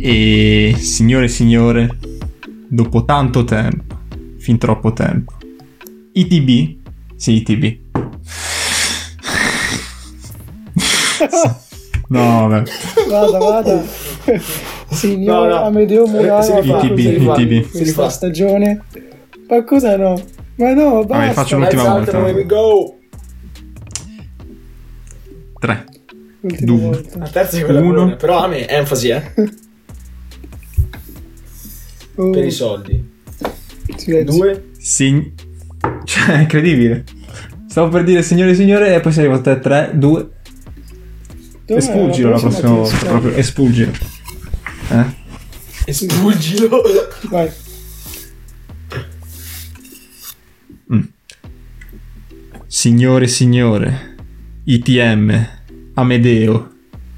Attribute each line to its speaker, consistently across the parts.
Speaker 1: E signore e signore, dopo tanto tempo, fin troppo tempo, ITB, sì, ITB. No, vabbè.
Speaker 2: Vada. Signor Amedeo Muraro
Speaker 1: ITB.
Speaker 2: questa stagione. Ma cosa no? Ma no, basta.
Speaker 1: Vabbè, faccio l'ultima volta.
Speaker 3: Here we go.
Speaker 1: 3,
Speaker 2: L'ultima
Speaker 1: 2,
Speaker 2: volta.
Speaker 3: La terza è quella
Speaker 1: Uno.
Speaker 3: buona, però a me enfasi,
Speaker 2: Oh,
Speaker 3: per i soldi.
Speaker 2: silenzio.
Speaker 3: 2.
Speaker 1: Cioè, è incredibile. Stavo per dire signore e signore e poi sei arrivato a 3, 2.
Speaker 2: Dov'è
Speaker 1: Espulgilo la prossima volta.
Speaker 2: tizia?
Speaker 1: Proprio espulgilo.
Speaker 3: Espulgilo.
Speaker 2: Vai.
Speaker 1: Signore e signore, ITM, Amedeo.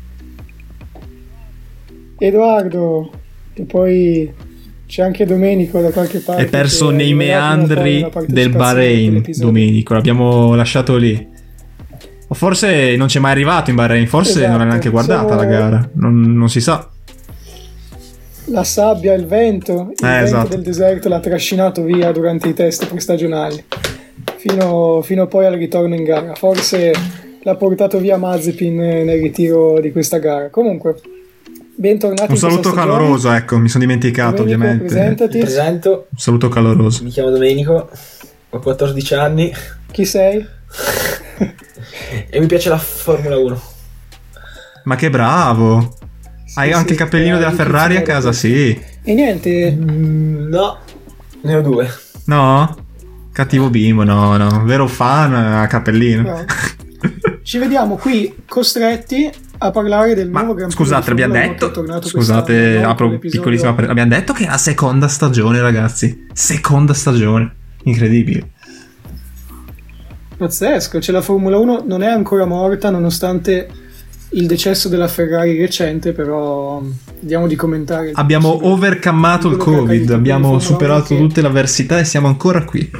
Speaker 2: Edoardo. E poi c'è anche Domenico da qualche parte.
Speaker 1: È perso
Speaker 2: che
Speaker 1: nei
Speaker 2: arriverà fino a poi
Speaker 1: meandri
Speaker 2: una partecipazione
Speaker 1: del Bahrain,
Speaker 2: all'episodio.
Speaker 1: Domenico. L'abbiamo lasciato lì. O forse non c'è mai arrivato in Bahrain, forse
Speaker 2: Esatto,
Speaker 1: non l'ha neanche guardata la gara. Non si sa.
Speaker 2: La sabbia, il vento
Speaker 1: esatto.
Speaker 2: del deserto l'ha trascinato via durante i test prestagionali fino poi al ritorno in gara. Forse l'ha portato via Mazepin nel ritiro di questa gara. Comunque, bentornati.
Speaker 1: Un saluto caloroso, ecco, mi sono dimenticato,
Speaker 2: Domenico,
Speaker 1: ovviamente.
Speaker 2: presentati.
Speaker 3: Mi presento,
Speaker 1: Un saluto caloroso.
Speaker 3: mi chiamo Domenico, ho 14 anni
Speaker 2: Chi sei?
Speaker 3: e mi piace la Formula 1.
Speaker 1: Ma che bravo! Hai anche il cappellino della Ferrari a casa, sì.
Speaker 2: E niente,
Speaker 3: No, ne ho 2.
Speaker 1: No? Cattivo bimbo, no. Vero fan, a cappellino.
Speaker 2: no. Ci vediamo qui costretti a parlare del nuovo
Speaker 1: Ma
Speaker 2: Gran Premio
Speaker 1: scusate,
Speaker 2: di
Speaker 1: abbiamo
Speaker 2: Formula 1 che è
Speaker 1: detto.
Speaker 2: tornato
Speaker 1: Scusate,
Speaker 2: quest'anno, no?
Speaker 1: apro
Speaker 2: Con l'episodio-
Speaker 1: piccolissima abbiamo detto che è la seconda stagione, ragazzi. Seconda stagione. Incredibile.
Speaker 2: Pazzesco, cioè la Formula 1 non è ancora morta nonostante il decesso della Ferrari recente, però vediamo di commentare.
Speaker 1: Abbiamo overcamato il
Speaker 2: quello che è
Speaker 1: Covid,
Speaker 2: accaduto
Speaker 1: abbiamo
Speaker 2: in Formula 1
Speaker 1: superato
Speaker 2: che-
Speaker 1: tutte le avversità e siamo ancora qui.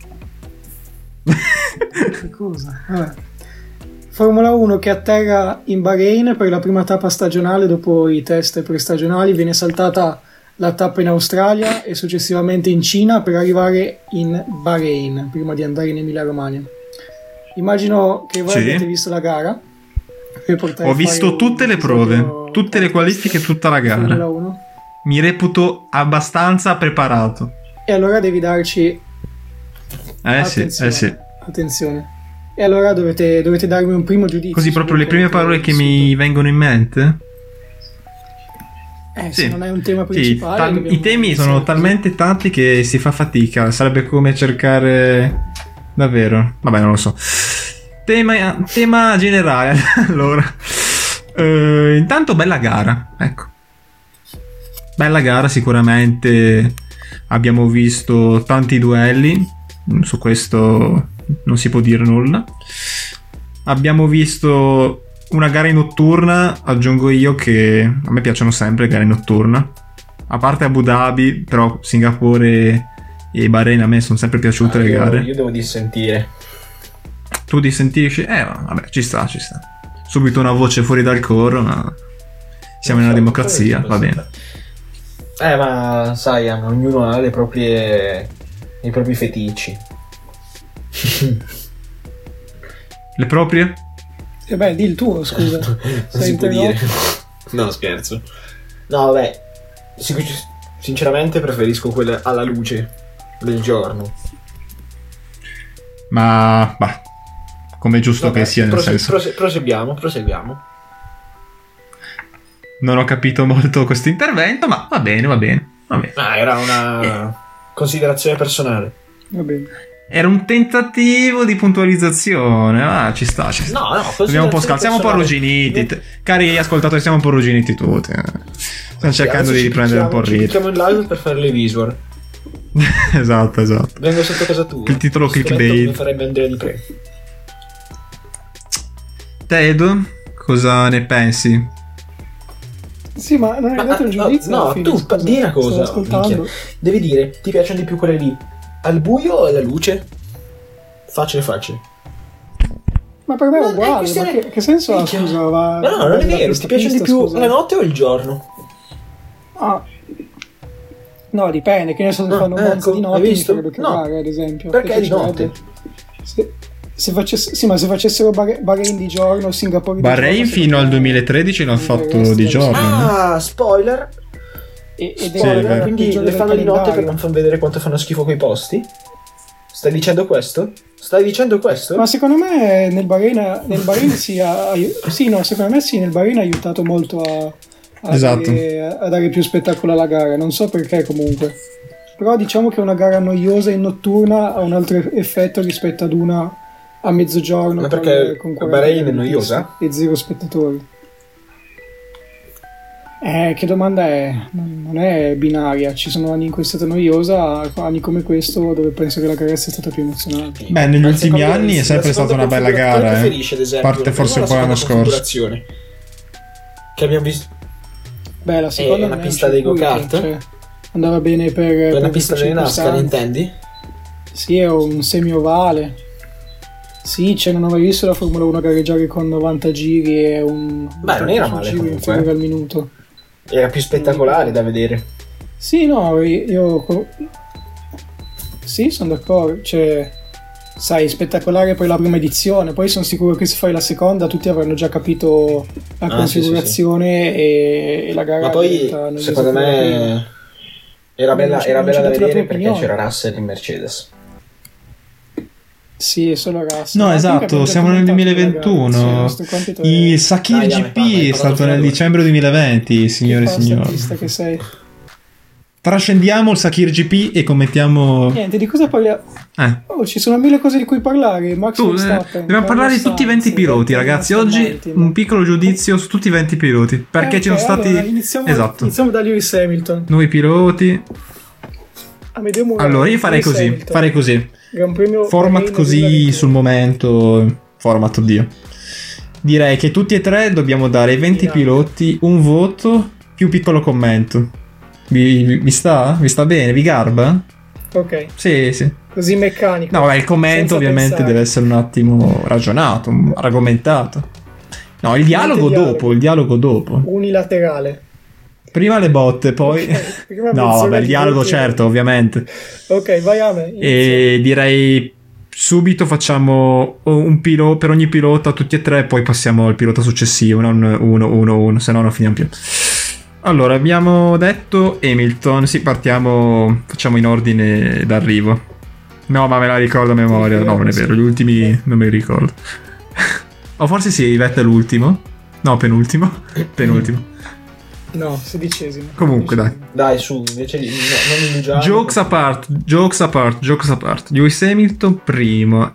Speaker 2: Che cosa? Vabbè. Formula 1 che atterra in Bahrain per la prima tappa stagionale dopo i test prestagionali, viene saltata la tappa in Australia e successivamente in Cina per arrivare in Bahrain prima di andare in Emilia Romagna. Immagino che voi
Speaker 1: Sì.
Speaker 2: abbiate visto la gara. per portare
Speaker 1: Ho
Speaker 2: a fare
Speaker 1: visto
Speaker 2: un
Speaker 1: tutte le prove,
Speaker 2: episodio
Speaker 1: tutte le qualifiche, tutta la
Speaker 2: Formula
Speaker 1: gara.
Speaker 2: 1.
Speaker 1: Mi reputo abbastanza preparato.
Speaker 2: E allora devi darci
Speaker 1: Sì.
Speaker 2: attenzione. E allora dovete darmi un primo giudizio.
Speaker 1: Così proprio le prime parole che
Speaker 2: mi
Speaker 1: mi vengono in mente.
Speaker 2: se
Speaker 1: Sì.
Speaker 2: non è un tema
Speaker 1: Sì,
Speaker 2: principale dobbiamo
Speaker 1: i temi sono
Speaker 2: iniziare
Speaker 1: talmente tanti che si fa fatica. Sarebbe come cercare davvero. Vabbè, non lo so. Tema generale. Allora, intanto bella gara. Ecco, bella gara sicuramente. Abbiamo visto tanti duelli. Su questo non si può dire nulla. Abbiamo visto una gara in notturna. Aggiungo io che a me piacciono sempre le gare in notturna. A parte Abu Dhabi, però Singapore e Bahrain a me sono sempre piaciute le gare.
Speaker 3: Io devo dissentire.
Speaker 1: Tu dissentisci? Vabbè, ci sta. Subito una voce fuori dal coro, ma siamo in una democrazia, va bene.
Speaker 3: Ma sai, ognuno ha i propri feticci.
Speaker 1: Le proprie?
Speaker 2: di il tuo, scusa.
Speaker 3: Non
Speaker 2: Sei
Speaker 3: si può dire.
Speaker 2: interrotto?
Speaker 3: No, scherzo. No, vabbè. Sinceramente preferisco quelle alla luce del giorno.
Speaker 1: Ma come è giusto
Speaker 3: Vabbè,
Speaker 1: che sia, nel senso.
Speaker 3: Proseguiamo.
Speaker 1: Non ho capito molto questo intervento, ma va bene.
Speaker 3: Era una considerazione personale.
Speaker 2: Va bene.
Speaker 1: Era un tentativo di puntualizzazione. Ci sta.
Speaker 3: No,
Speaker 1: Dobbiamo un po' siamo un po' arrugginiti. Cari ascoltatori, siamo un po' arrugginiti tutti. Stiamo cercando di riprendere un po' il ritmo.
Speaker 3: Mettiamo in live per fare le visual.
Speaker 1: Esatto.
Speaker 3: Vengo sotto casa tua.
Speaker 1: Il titolo
Speaker 3: Strumento
Speaker 1: clickbait.
Speaker 3: come farebbe Andrea Di Pre.
Speaker 1: Ted, cosa ne pensi?
Speaker 2: Sì, ma non hai dato il giudizio?
Speaker 3: No,
Speaker 2: alla fine,
Speaker 3: tu
Speaker 2: scusa.
Speaker 3: di una
Speaker 2: Stavo
Speaker 3: cosa.
Speaker 2: ascoltando.
Speaker 3: Minchia. Devi dire, ti piacciono di più quelle lì al buio o alla luce? Facile.
Speaker 2: Ma per me è
Speaker 3: Ma è
Speaker 2: uguale.
Speaker 3: questione-
Speaker 2: Ma che senso ha?
Speaker 3: Minchia.
Speaker 2: Scusa,
Speaker 3: Ma no, non è vero. Ti piacciono di più la notte o il giorno?
Speaker 2: Ah. No, dipende, che ne so, se fanno mezzo di notte mi farebbe cagare, ad esempio.
Speaker 3: Perché di notte?
Speaker 2: Se facessero Bahrain di giorno, Singapore di giorno...
Speaker 1: Bahrain fino al 2013 l'hanno fatto di giorno.
Speaker 3: Ah, spoiler!
Speaker 2: Spoiler,
Speaker 3: quindi le fanno di notte per non far vedere quanto fanno schifo quei posti? Stai dicendo questo?
Speaker 2: Ma secondo me nel Bahrain secondo me sì, nel Bahrain ha aiutato molto a dare più spettacolo alla gara, non so perché comunque. Però diciamo che una gara noiosa e notturna ha un altro effetto rispetto ad una a mezzogiorno.
Speaker 3: Ma perché
Speaker 2: con
Speaker 3: Bahrain è noiosa?
Speaker 2: E 0 spettatori. Che domanda è? Non è binaria, ci sono anni in cui è stata noiosa, anni come questo dove penso che la gara sia stata più emozionante.
Speaker 1: Beh, negli ultimi anni è sempre stata una bella gara,
Speaker 3: preferisce, ad esempio,
Speaker 1: parte forse un po' l'anno scorso.
Speaker 3: Che abbiamo visto.
Speaker 2: Beh, la seconda
Speaker 3: è una pista dei go-kart?
Speaker 2: Cioè, andava bene per
Speaker 3: una pista delle NASCAR, intendi?
Speaker 2: Sì, è un semi-ovale. Sì, non ho mai visto la Formula 1 gareggiare con 90 giri e un...
Speaker 3: Beh, non era male comunque.
Speaker 2: Al minuto.
Speaker 3: Era più spettacolare da vedere.
Speaker 2: Sì, no, io sì, sono d'accordo. Cioè, sai, spettacolare poi la prima edizione, poi sono sicuro che se fai la seconda tutti avranno già capito la configurazione. Sì. E la gara.
Speaker 3: Ma poi, secondo me, era bella da vedere perché c'era Russell in Mercedes.
Speaker 2: Sì, è solo Russell.
Speaker 1: No, esatto, siamo nel 2021. Il Sakir GP è stato nel dicembre 2020, signore e signori.
Speaker 2: Che sei.
Speaker 1: Trascendiamo il Sakir GP e commentiamo.
Speaker 2: Niente, di cosa parliamo? Ci sono mille cose di cui parlare.
Speaker 1: Dobbiamo parlare di tutti i 20 piloti, ragazzi. Oggi un piccolo giudizio su tutti i 20 piloti. Perché ci sono stati.
Speaker 2: Allora, iniziamo da Lewis Hamilton.
Speaker 1: Nuovi piloti. Allora, io farei così. Format così sul momento. Format, oddio. Direi che tutti e tre dobbiamo dare ai 20 piloti un voto più piccolo commento. Vi sta? Vi sta bene? Vi garba?
Speaker 2: Ok.
Speaker 1: Sì.
Speaker 2: Così meccanico.
Speaker 1: No, il commento ovviamente deve essere un attimo ragionato, argomentato. No, il dialogo dopo.
Speaker 2: Unilaterale.
Speaker 1: Prima le botte, poi...
Speaker 2: Okay,
Speaker 1: no, vabbè, il dialogo certo, ovviamente.
Speaker 2: Ok, vai a me.
Speaker 1: E direi subito facciamo un pilota per ogni pilota, tutti e tre, poi passiamo al pilota successivo, non uno, se no non finiamo più. Allora, abbiamo detto Hamilton, sì, facciamo in ordine d'arrivo. No, ma me la ricordo a memoria, no, non è vero, gli ultimi non me li ricordo. O forse sì, Vettel l'ultimo. No, penultimo.
Speaker 2: No, 16esimo.
Speaker 1: Comunque,
Speaker 3: dai, su, invece non indugiamo.
Speaker 1: Jokes apart. Lewis Hamilton primo.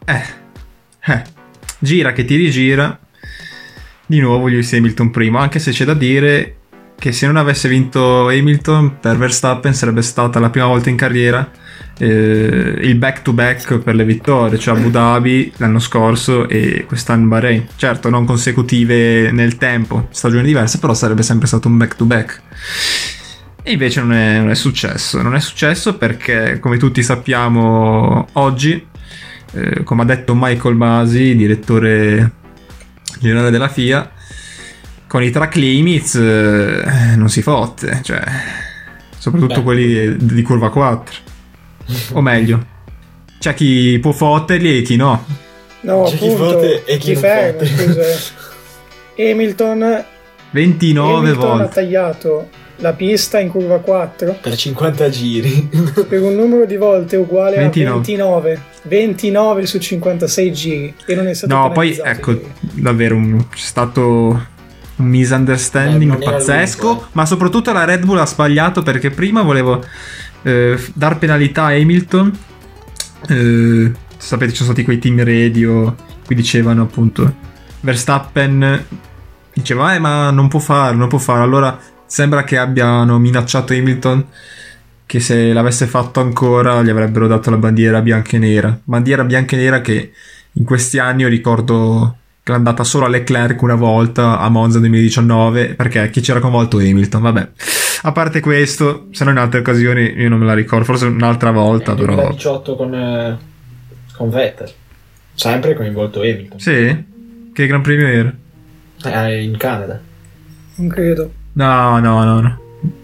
Speaker 1: Gira che ti rigira. Di nuovo Lewis Hamilton primo, anche se c'è da dire che se non avesse vinto Hamilton, per Verstappen sarebbe stata la prima volta in carriera il back to back per le vittorie, cioè Abu Dhabi l'anno scorso e quest'anno Bahrain. Certo, non consecutive nel tempo, stagioni diverse, però sarebbe sempre stato un back to back. E invece non è successo perché, come tutti sappiamo oggi, come ha detto Michael Masi, direttore generale della FIA, con i track limits non si fotte, cioè soprattutto quelli di curva 4. O meglio, c'è chi può fotterli e chi no.
Speaker 2: No,
Speaker 3: c'è
Speaker 2: appunto,
Speaker 3: chi fotte e chi ferma,
Speaker 2: scusa. Hamilton
Speaker 1: 29 volte
Speaker 2: ha tagliato la pista in curva 4
Speaker 3: per 50 giri
Speaker 2: per un numero di volte uguale
Speaker 1: 29.
Speaker 2: a 29 su 56 giri e non è stato
Speaker 1: no, poi ecco, davvero c'è stato un misunderstanding pazzesco, ma soprattutto la Red Bull ha sbagliato perché prima volevo dar penalità a Hamilton. Sapete, ci sono stati quei team radio qui dicevano appunto Verstappen diceva ma non può farlo, allora sembra che abbiano minacciato Hamilton che se l'avesse fatto ancora gli avrebbero dato la bandiera bianca e nera che in questi anni io ricordo che l'hanno data solo a Leclerc una volta a Monza 2019 perché chi c'era coinvolto Hamilton. Vabbè, a parte questo, se no in altre occasioni io non me la ricordo, forse un'altra volta però
Speaker 3: 2018 con Vettel sempre coinvolto Hamilton.
Speaker 1: Sì? Che Gran Premio era?
Speaker 3: In Canada
Speaker 2: non credo.
Speaker 1: No.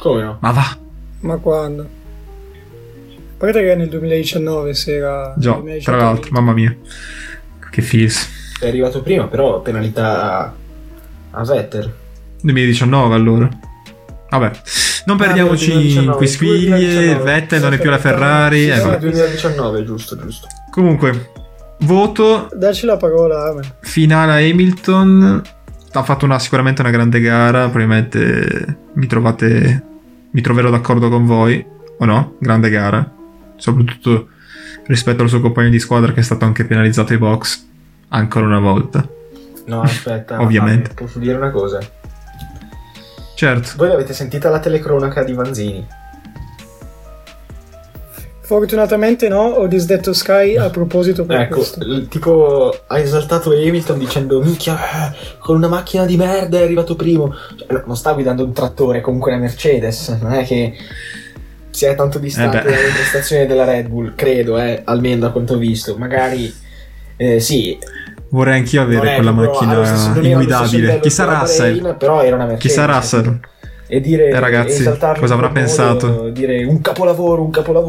Speaker 3: Come no?
Speaker 1: Ma va.
Speaker 2: Ma quando? A parte che nel 2019 se era...
Speaker 1: Già, tra l'altro, mamma mia. Che feels.
Speaker 3: È arrivato prima, però penalità a Vettel.
Speaker 1: 2019 allora. Vabbè, non perdiamoci in quisquiglie. Vettel non è più la Ferrari.
Speaker 3: Sì, 2019, giusto.
Speaker 1: Comunque, voto.
Speaker 2: Dacci la parola, Amen.
Speaker 1: Finale a Hamilton. Ha fatto sicuramente una grande gara. Probabilmente mi troverò d'accordo con voi. O no? Grande gara. Soprattutto rispetto al suo compagno di squadra che è stato anche penalizzato ai box. Ancora una volta.
Speaker 3: No, aspetta.
Speaker 1: Ovviamente.
Speaker 3: Posso dire una cosa?
Speaker 1: Certo.
Speaker 3: Voi l'avete sentita la telecronaca di Vanzini?
Speaker 2: Fortunatamente no, ho disdetto Sky a proposito per
Speaker 3: Ecco,
Speaker 2: questo.
Speaker 3: tipo ha esaltato Hamilton dicendo minchia, con una macchina di merda è arrivato primo. Cioè, non sta guidando un trattore, comunque una Mercedes, non è che sia tanto distante dalle prestazioni della Red Bull, credo, almeno da quanto ho visto. Magari sì.
Speaker 1: Vorrei anch'io avere quella macchina inguidabile. Chissà Russell.
Speaker 3: Però era una Mercedes.
Speaker 1: Chissà Russell.
Speaker 3: E dire
Speaker 1: ragazzi, cosa avrà pensato?
Speaker 3: Dire un capolavoro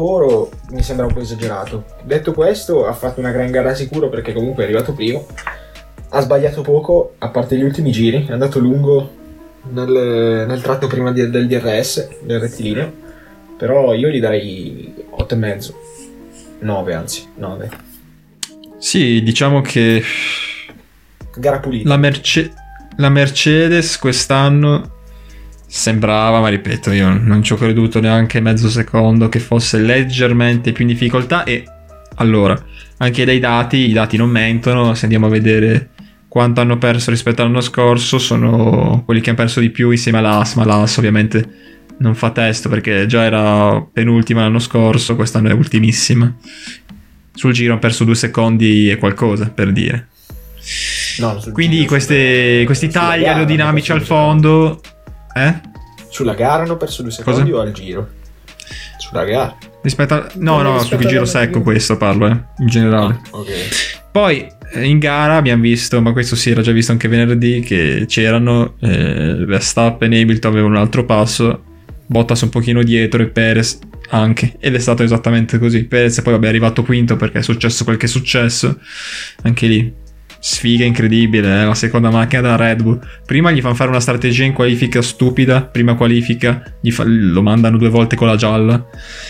Speaker 3: mi sembra un po' esagerato. Detto questo, ha fatto una gran gara sicuro perché comunque è arrivato primo. Ha sbagliato poco, a parte gli ultimi giri, è andato lungo nel tratto prima del DRS, del rettilineo. Però io gli darei 8,5. 9 anzi, 9.
Speaker 1: Sì, diciamo che
Speaker 3: gara pulita.
Speaker 1: La Mercedes quest'anno sembrava, ma ripeto, io non ci ho creduto neanche mezzo secondo che fosse leggermente più in difficoltà. E allora, anche dai dati, i dati non mentono. Se andiamo a vedere quanto hanno perso rispetto all'anno scorso, sono quelli che hanno perso di più insieme all'Haas, ma l'Haas ovviamente non fa testo perché già era penultima l'anno scorso, quest'anno è ultimissima. Sul giro hanno perso 2 secondi e qualcosa, per dire.
Speaker 3: No,
Speaker 1: quindi questi tagli aerodinamici al fondo.
Speaker 3: Sulla gara hanno perso 2 secondi. Cosa? O al giro? Sulla gara.
Speaker 1: No, sul giro secco questo parlo, in generale.
Speaker 3: Okay.
Speaker 1: Poi in gara abbiamo visto, ma questo si era già visto anche venerdì, che c'erano Verstappen e Hamilton avevano un altro passo, Bottas un pochino dietro e Perez anche, ed è stato esattamente così. Perez poi è arrivato quinto perché è successo quel che è successo, anche lì sfiga incredibile, la seconda macchina della Red Bull. Prima gli fanno fare una strategia in qualifica stupida, prima qualifica lo mandano 2 volte con la gialla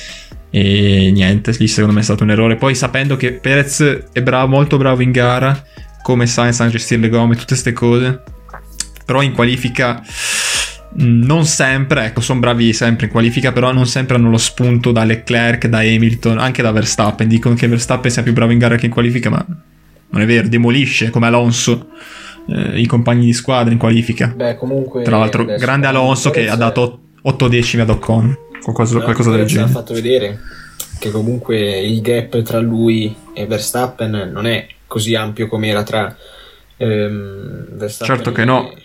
Speaker 1: e niente, lì secondo me è stato un errore. Poi sapendo che Perez è molto bravo in gara, come Sainz a gestire le gomme, tutte ste cose, però in qualifica non sempre, ecco, sono bravi sempre in qualifica, però non sempre hanno lo spunto da Leclerc, da Hamilton, anche da Verstappen. Dicono che Verstappen sia più bravo in gara che in qualifica, ma non è vero, demolisce come Alonso i compagni di squadra in qualifica.
Speaker 3: Beh, comunque,
Speaker 1: tra l'altro grande Alonso che ha dato 8 decimi ad Ocon, qualcosa del genere.
Speaker 3: Ha fatto vedere che comunque il gap tra lui e Verstappen non è così ampio come era tra Verstappen
Speaker 1: certo che no.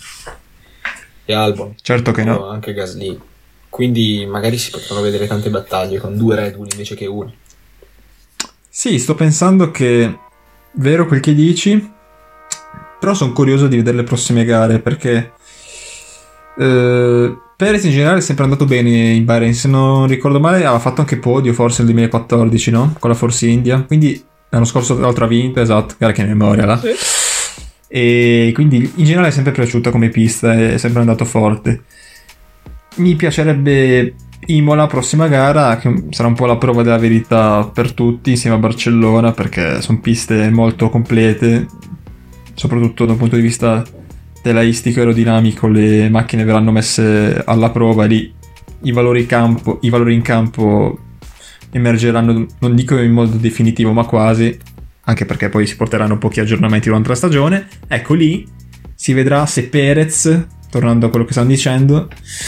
Speaker 3: E Albon.
Speaker 1: Certo che no.
Speaker 3: Anche Gasly. Quindi magari si potranno vedere tante battaglie con 2 Red Bull invece che 1.
Speaker 1: Sì, sto pensando che vero quel che dici, però sono curioso di vedere le prossime gare perché Perez in generale è sempre andato bene in Bahrain, se non ricordo male aveva fatto anche podio forse nel 2014, no? Con la Force India, quindi l'anno scorso tra l'altro ha vinto, esatto, gara che memoria là. Sì. E quindi in generale è sempre piaciuta come pista, è sempre andato forte. Mi piacerebbe Imola, prossima gara, che sarà un po' la prova della verità per tutti insieme a Barcellona, perché sono piste molto complete, soprattutto da un punto di vista telaistico e aerodinamico. Le macchine verranno messe alla prova e lì i valori in campo emergeranno, non dico in modo definitivo ma quasi, anche perché poi si porteranno pochi aggiornamenti durante la stagione. Ecco, lì si vedrà se Perez, tornando a quello che stanno dicendo,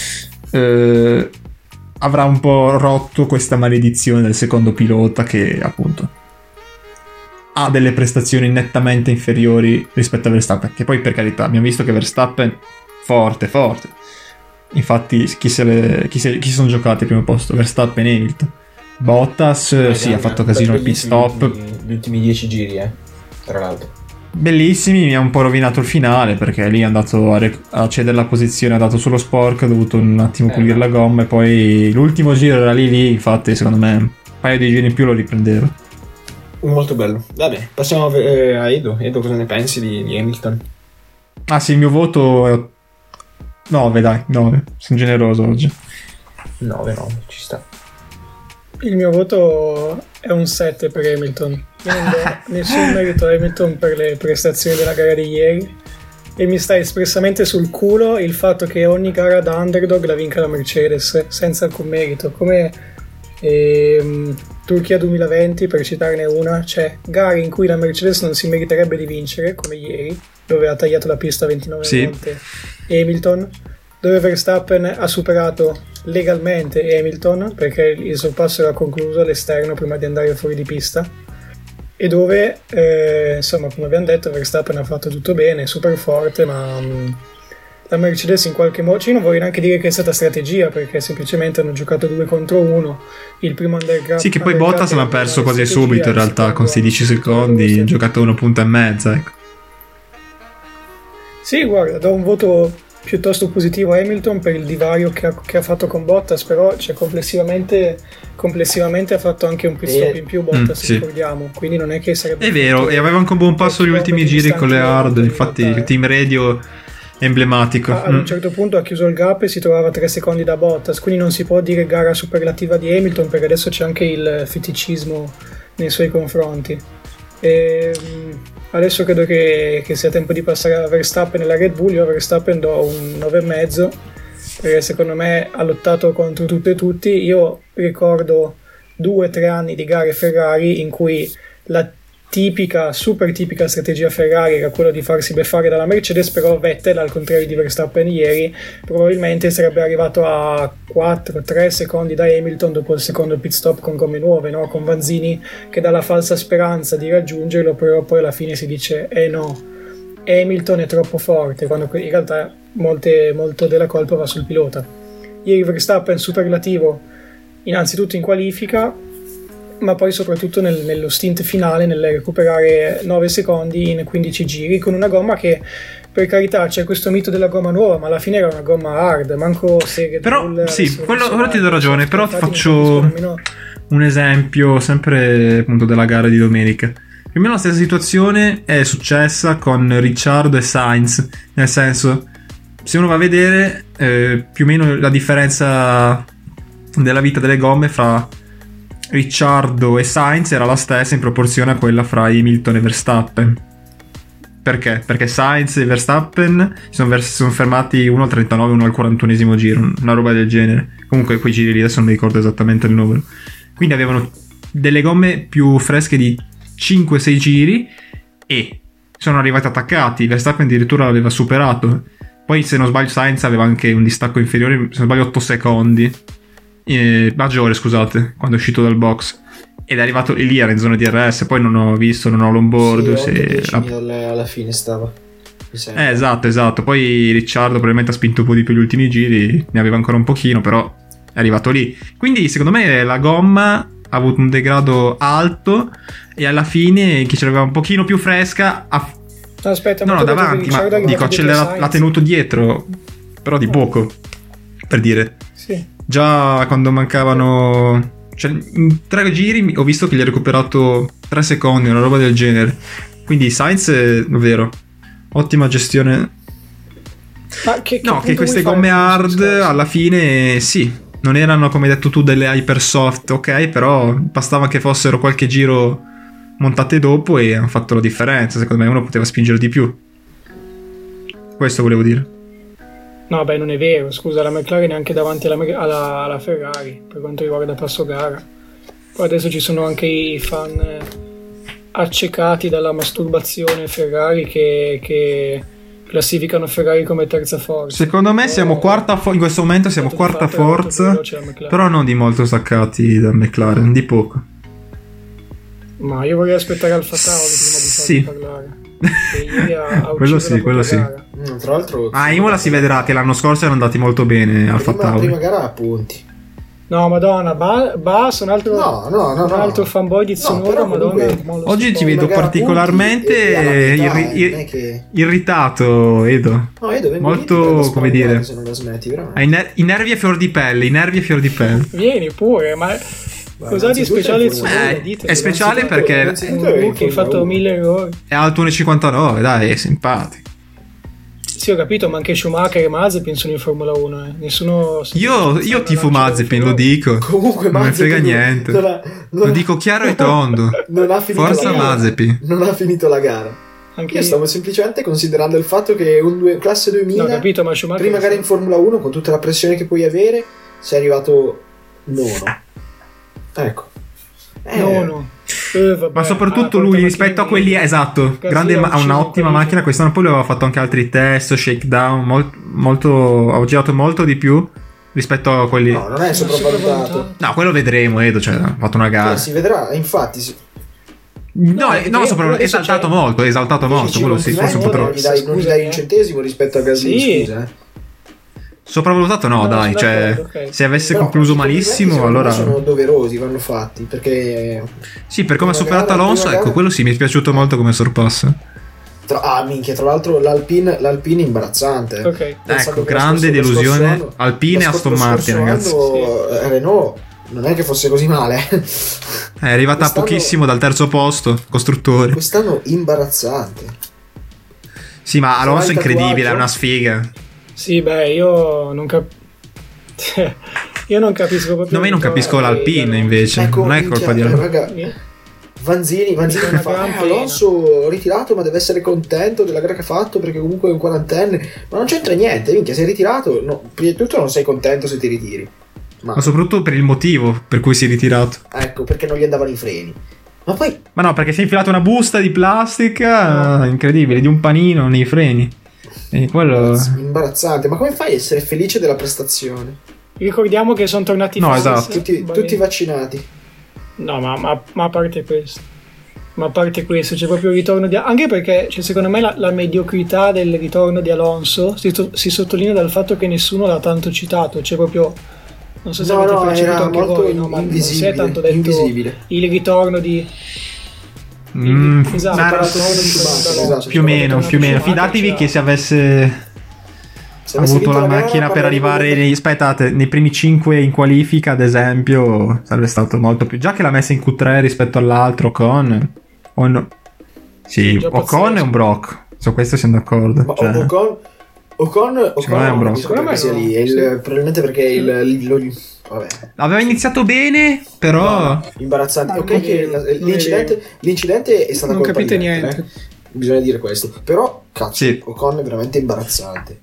Speaker 1: avrà un po' rotto questa maledizione del secondo pilota che appunto ha delle prestazioni nettamente inferiori rispetto a Verstappen, che poi per carità abbiamo visto che Verstappen forte, infatti chi si sono giocati al primo posto? Verstappen e Hamilton. Bottas sì, ha fatto casino al pit stop,
Speaker 3: gli ultimi 10 giri tra l'altro.
Speaker 1: bellissimi. Mi ha un po' rovinato il finale, perché lì è andato a cedere la posizione, ha dato solo sporco, ha dovuto un attimo pulire la gomma, e poi l'ultimo giro era lì, infatti secondo me un paio di giri in più lo riprendeva.
Speaker 3: Molto bello. Vabbè, passiamo a Edo. Edo, cosa ne pensi di Hamilton?
Speaker 1: Ah sì, il mio voto è 9, dai, 9. Sono generoso oggi.
Speaker 3: 9, ci sta.
Speaker 2: Il mio voto è un 7 per Hamilton. Io non do nessun merito a Hamilton per le prestazioni della gara di ieri, e mi sta espressamente sul culo il fatto che ogni gara da underdog la vinca la Mercedes senza alcun merito, come Turchia 2020, per citarne una. Cioè, gare in cui la Mercedes non si meriterebbe di vincere, come ieri, dove ha tagliato la pista 29 volte Hamilton, dove Verstappen ha superato legalmente Hamilton perché il sorpasso era concluso all'esterno prima di andare fuori di pista, e dove insomma, come abbiamo detto, Verstappen ha fatto tutto bene, super forte, ma la Mercedes in qualche modo, cioè, non voglio neanche dire che è stata strategia, perché semplicemente hanno giocato 2 contro 1, il primo undercut.
Speaker 1: Sì, che poi Bottas l'ha perso quasi subito in realtà, con 16 secondi, ha giocato 1,5 punti, ecco.
Speaker 2: Sì, guarda, do un voto piuttosto positivo a Hamilton per il divario che ha fatto con Bottas, però cioè, complessivamente ha fatto anche un pit stop in più Bottas,
Speaker 1: sì,
Speaker 2: ricordiamo, quindi non è che sarebbe...
Speaker 1: È vero, e aveva anche un buon passo gli ultimi giri con le hard, infatti il team radio è emblematico.
Speaker 2: Ad un certo punto ha chiuso il gap e si trovava 3 secondi da Bottas, quindi non si può dire gara superlativa di Hamilton, perché adesso c'è anche il feticismo nei suoi confronti. Adesso credo che sia tempo di passare a Verstappen e la Red Bull. Io a Verstappen do un 9,5, perché secondo me ha lottato contro tutto e tutti. Io ricordo 2-3 anni di gare Ferrari in cui la super tipica strategia Ferrari era quella di farsi beffare dalla Mercedes, però Vettel, al contrario di Verstappen ieri, probabilmente sarebbe arrivato a 4-3 secondi da Hamilton dopo il secondo pit stop con gomme nuove, no? Con Vanzini che dà la falsa speranza di raggiungerlo, però poi alla fine si dice no, Hamilton è troppo forte, quando in realtà molto della colpa va sul pilota. Ieri Verstappen superlativo innanzitutto in qualifica, ma poi soprattutto nello stint finale, nel recuperare 9 secondi in 15 giri con una gomma che, per carità, c'è questo mito della gomma nuova, ma alla fine era una gomma hard, manco se...
Speaker 1: Però sì, quello ti do ragione, però ti faccio un esempio sempre appunto della gara di domenica. Più o meno la stessa situazione è successa con Ricciardo e Sainz, nel senso, se uno va a vedere più o meno la differenza della vita delle gomme fra Ricciardo e Sainz era la stessa in proporzione a quella fra Hamilton e Verstappen. Perché? Perché Sainz e Verstappen si sono fermati uno al 39 e uno al 41esimo giro, una roba del genere. Comunque quei giri lì adesso non mi ricordo esattamente il numero. Quindi avevano delle gomme più fresche di 5-6 giri e sono arrivati attaccati. Verstappen addirittura l'aveva superato. Poi, se non sbaglio, Sainz aveva anche un distacco inferiore, se non sbaglio 8 secondi maggiore, scusate, quando è uscito dal box, ed è arrivato lì, era in zona DRS. Poi non ho visto, non ho l'onboard,
Speaker 3: alla fine stava,
Speaker 1: esatto. Poi Ricciardo probabilmente ha spinto un po' di più gli ultimi giri, ne aveva ancora un pochino, però è arrivato lì. Quindi secondo me la gomma ha avuto un degrado alto e alla fine chi ce l'aveva un pochino più fresca
Speaker 2: aspetta,
Speaker 1: no, davanti, ma dico, l'ha tenuto dietro, però di poco, per dire.
Speaker 2: Sì.
Speaker 1: Già quando mancavano, cioè in 3 giri ho visto che gli ha recuperato 3 secondi, una roba del genere. Quindi Sainz è davvero ottima gestione.
Speaker 2: Ma che
Speaker 1: queste gomme hard alla fine sì, non erano, come hai detto tu, delle hyper soft, ok, però bastava che fossero qualche giro montate dopo e hanno fatto la differenza. Secondo me uno poteva spingere di più. Questo volevo dire.
Speaker 2: No, beh, non è vero, scusa, la McLaren è anche davanti alla Ferrari per quanto riguarda passo gara. Poi adesso ci sono anche i fan accecati dalla masturbazione Ferrari che classificano Ferrari come terza forza.
Speaker 1: Secondo me siamo in questo momento siamo quarta forza, però non di molto staccati da McLaren, di poco.
Speaker 2: Ma io vorrei aspettare Alfa Tauri prima di farmi parlare.
Speaker 1: Quello sì.
Speaker 3: Tra l'altro
Speaker 1: Imola si vedrà che l'anno scorso erano andati molto bene Alfa Tauri.
Speaker 3: La prima gara a punti.
Speaker 2: No, madonna, sono un altro fanboy di Tsunoda, madonna.
Speaker 1: Oggi ti vedo particolarmente irritato, Edo.
Speaker 3: No, Edo,
Speaker 1: molto, come dire,
Speaker 3: se non la smetti, veramente.
Speaker 1: hai i nervi a fior di pelle,
Speaker 2: Vieni pure, ma cos'ha di speciale Tsunoda?
Speaker 1: È speciale perché
Speaker 2: che hai fatto 1000 errori.
Speaker 1: è alto 1,59, dai, è simpatico.
Speaker 2: Sì, ho capito, ma anche Schumacher e Mazepin sono in Formula 1. Nessuno.
Speaker 1: Io tifo Mazepin, lo dico.
Speaker 3: Comunque,
Speaker 1: non me frega niente. Lo dico chiaro e tondo.
Speaker 3: Non ha finito
Speaker 1: Forza
Speaker 3: la gara.
Speaker 1: Mazepin.
Speaker 3: Non ha finito la gara.
Speaker 2: Anche
Speaker 3: io stavo semplicemente considerando il fatto che classe 2000,
Speaker 2: no, capito, ma Schumacher
Speaker 3: prima gara in Formula 1, con tutta la pressione che puoi avere, sei arrivato nono. Ecco.
Speaker 2: Nono. Vabbè,
Speaker 1: ma soprattutto lui rispetto a quelli, esatto, grande, ha un'ottima macchina quest'anno, poi lui aveva fatto anche altri test, shakedown, ha girato molto di più rispetto a quelli.
Speaker 3: No, non è sopravvalutato.
Speaker 1: No, quello vedremo, Edo, cioè ha fatto una gara.
Speaker 3: Si vedrà, infatti.
Speaker 1: No, esaltato molto, quello sì, forse un po' troppo.
Speaker 3: Non gli dai un centesimo rispetto a Gasly,
Speaker 2: sì.
Speaker 3: Scusa.
Speaker 1: Sopravvalutato no, dai, cioè
Speaker 2: okay.
Speaker 1: Se avesse concluso malissimo, allora
Speaker 3: sono doverosi, vanno fatti, perché
Speaker 1: sì, per come ha superato Alonso, ecco, quello sì, mi è piaciuto molto come sorpasso.
Speaker 3: Minchia, tra l'altro l'Alpine imbarazzante.
Speaker 2: Ok.
Speaker 1: Ecco, grande delusione. Alpine e Aston Martin, ragazzi.
Speaker 3: Renault non è che fosse così male.
Speaker 1: È arrivata pochissimo dal terzo posto, costruttori.
Speaker 3: Quest'anno imbarazzante.
Speaker 1: Sì, ma Alonso è incredibile, è una sfiga.
Speaker 2: Sì, beh, io non capisco proprio.
Speaker 1: No, io non capisco l'Alpine invece.
Speaker 3: Ecco,
Speaker 1: non è colpa di
Speaker 3: Alonso. Vanzini che fa Alonso ritirato, ma deve essere contento della gara che ha fatto perché comunque è un quarantenne. Ma non c'entra niente, minchia, sei ritirato. No, prima di tutto non sei contento se ti ritiri.
Speaker 1: Ma soprattutto per il motivo per cui si è ritirato.
Speaker 3: Ecco, perché non gli andavano i freni. Ma
Speaker 1: no, perché si è infilato una busta di plastica incredibile, di un panino nei freni. E quello
Speaker 3: imbarazzante. Ma come fai a essere felice della prestazione?
Speaker 2: Ricordiamo che sono tornati
Speaker 1: esatto.
Speaker 3: tutti vaccinati.
Speaker 2: No, ma a parte questo c'è proprio il ritorno di anche perché secondo me la mediocrità del ritorno di Alonso si sottolinea dal fatto che nessuno l'ha tanto citato. C'è proprio, non so se avete percepito anche voi, no, ma non si è tanto detto invisibile. Il ritorno di
Speaker 1: esatto, più o meno. Fidatevi che se avesse avuto la macchina per arrivare nei primi 5 in qualifica, ad esempio, sarebbe stato molto più. Già che l'ha messa in Q3 rispetto all'altro Ocon. Ocon è un Brock. Su questo siamo d'accordo.
Speaker 3: Ma Ocon
Speaker 1: è un Brock.
Speaker 3: Secondo me sia lì. Probabilmente perché vabbè.
Speaker 1: Aveva iniziato bene, però
Speaker 3: imbarazzante. Ok, che l'incidente è stato
Speaker 2: non capite niente.
Speaker 3: Bisogna dire questo. Però cazzo,
Speaker 1: sì.
Speaker 3: Ocon è veramente imbarazzante.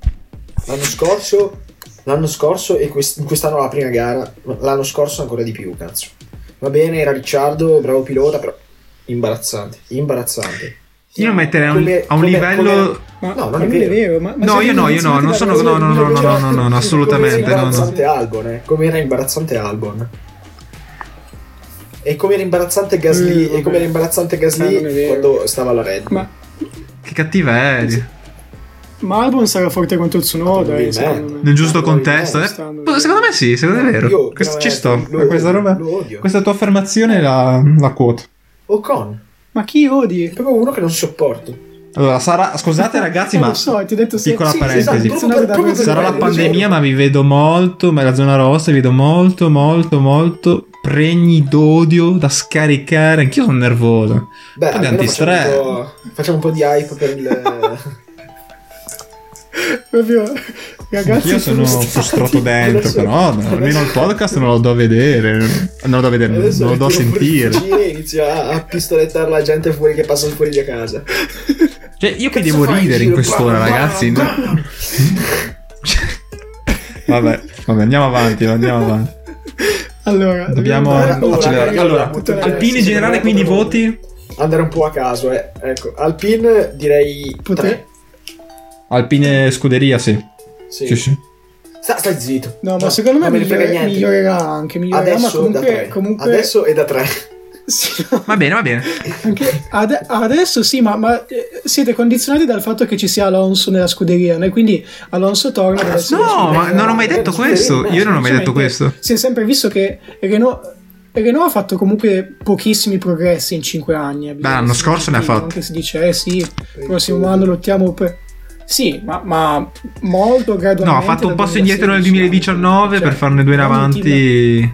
Speaker 3: L'anno scorso e quest'anno la prima gara, l'anno scorso ancora di più, cazzo. Va bene, era Ricciardo, bravo pilota, però imbarazzante.
Speaker 1: Io lo metterei a un livello.
Speaker 2: No, non è vero.
Speaker 1: No, io non sono. No, assolutamente.
Speaker 3: Come era imbarazzante Albon. E come era imbarazzante Gasly. Quando stava alla Red Bull.
Speaker 2: Ma
Speaker 1: che cattiveria.
Speaker 2: Ma Albon sarà forte contro il Tsunoda
Speaker 1: nel giusto contesto. Secondo me sì, secondo me è vero. Ci sto. Questa roba. Questa tua affermazione la quoto.
Speaker 3: Ocon.
Speaker 2: Ma chi odi?
Speaker 3: È proprio uno che non sopporto.
Speaker 1: Allora, scusate ragazzi, ma
Speaker 2: ti ho detto
Speaker 1: piccola parentesi.
Speaker 3: Esatto,
Speaker 1: sarà la pandemia, ma vi vedo molto, ma la zona rossa vi vedo molto pregni d'odio da scaricare. Anch'io sono nervoso.
Speaker 3: Beh,
Speaker 1: un po' di antistress.
Speaker 3: Facciamo un po' di hype per il
Speaker 2: proprio, ragazzi,
Speaker 1: io sono frustrato dentro, però almeno il podcast non lo do a vedere, non lo do a sentire.
Speaker 3: Inizia a pistolettare la gente fuori che passa fuori di casa.
Speaker 1: Cioè, io che devo ridere in quest'ora, ragazzi. Vabbè, andiamo avanti.
Speaker 2: Allora,
Speaker 1: dobbiamo accelerare. Allora, Alpine in generale, quindi voti?
Speaker 3: Andare un po' a caso, ecco. Alpine direi 3.
Speaker 1: Alpine scuderia, sì.
Speaker 3: Stai zitto.
Speaker 2: No, ma secondo me migliorerà anche.
Speaker 3: Adesso
Speaker 2: ma comunque
Speaker 3: adesso è da 3.
Speaker 2: Sì, no.
Speaker 1: Va bene.
Speaker 2: Anche adesso sì, ma siete condizionati dal fatto che ci sia Alonso nella scuderia, no? E quindi Alonso torna deve essere
Speaker 1: No, ma non ho mai detto questo. Io non ho mai detto questo.
Speaker 2: Si è sempre visto che Renault ha fatto comunque pochissimi progressi in 5 anni.
Speaker 1: L'anno scorso ne ha fatto.
Speaker 2: Anche si dice, sì, il prossimo anno lottiamo per... Sì, ma molto gradualmente.
Speaker 1: No, ha fatto un passo indietro nel 2019 per farne 2 in avanti.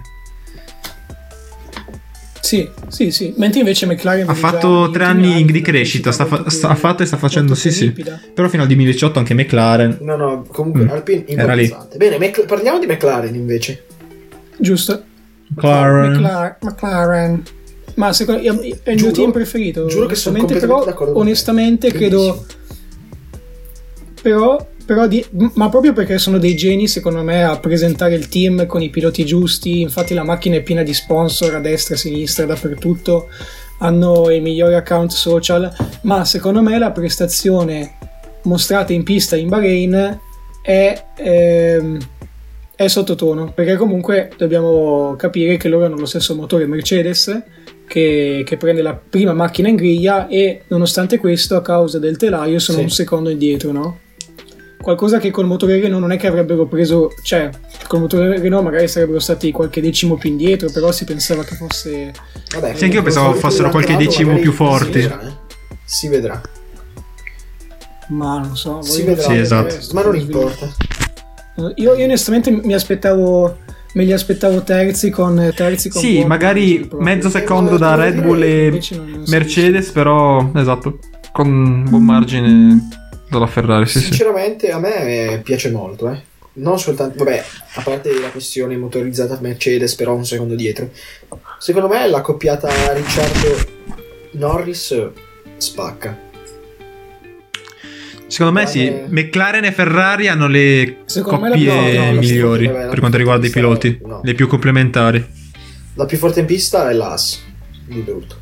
Speaker 2: Sì. Mentre invece McLaren
Speaker 1: ha fatto 3 anni di crescita. Sta facendo, sì. Però fino al 2018 anche McLaren.
Speaker 3: No, comunque Alpine
Speaker 1: era lì.
Speaker 3: Bene, parliamo di McLaren invece.
Speaker 2: Giusto. McLaren. Ma secondo è il mio team preferito.
Speaker 3: Giuro che sono completamente d'accordo.
Speaker 2: Onestamente credo. Però ma proprio perché sono dei geni secondo me a presentare il team con i piloti giusti. Infatti la macchina è piena di sponsor a destra, a sinistra, dappertutto, hanno i migliori account social, ma secondo me la prestazione mostrata in pista in Bahrain è sottotono, perché comunque dobbiamo capire che loro hanno lo stesso motore Mercedes che prende la prima macchina in griglia, e nonostante questo a causa del telaio sono un secondo indietro, no? Qualcosa che col motore Renault non è che avrebbero preso, cioè col motore Renault magari sarebbero stati qualche decimo più indietro, però si pensava che fosse...
Speaker 1: Vabbè, sì, anche io pensavo fossero qualche decimo più forti.
Speaker 3: Si vedrà.
Speaker 2: Ma non so,
Speaker 3: si vedrà,
Speaker 1: sì, esatto.
Speaker 3: Ma non importa.
Speaker 2: Io onestamente me li aspettavo terzi con
Speaker 1: sì, magari mezzo secondo da Red Bull e Mercedes, però esatto, con buon margine dalla Ferrari.
Speaker 3: Sinceramente a me piace molto, non soltanto, vabbè, a parte la questione motorizzata Mercedes, però un secondo dietro, secondo me la coppiata Ricciardo Norris spacca.
Speaker 1: Secondo me sì, McLaren e Ferrari hanno le coppie migliori per quanto riguarda i piloti, le più complementari.
Speaker 3: La più forte in pista è l'Haas, di brutto.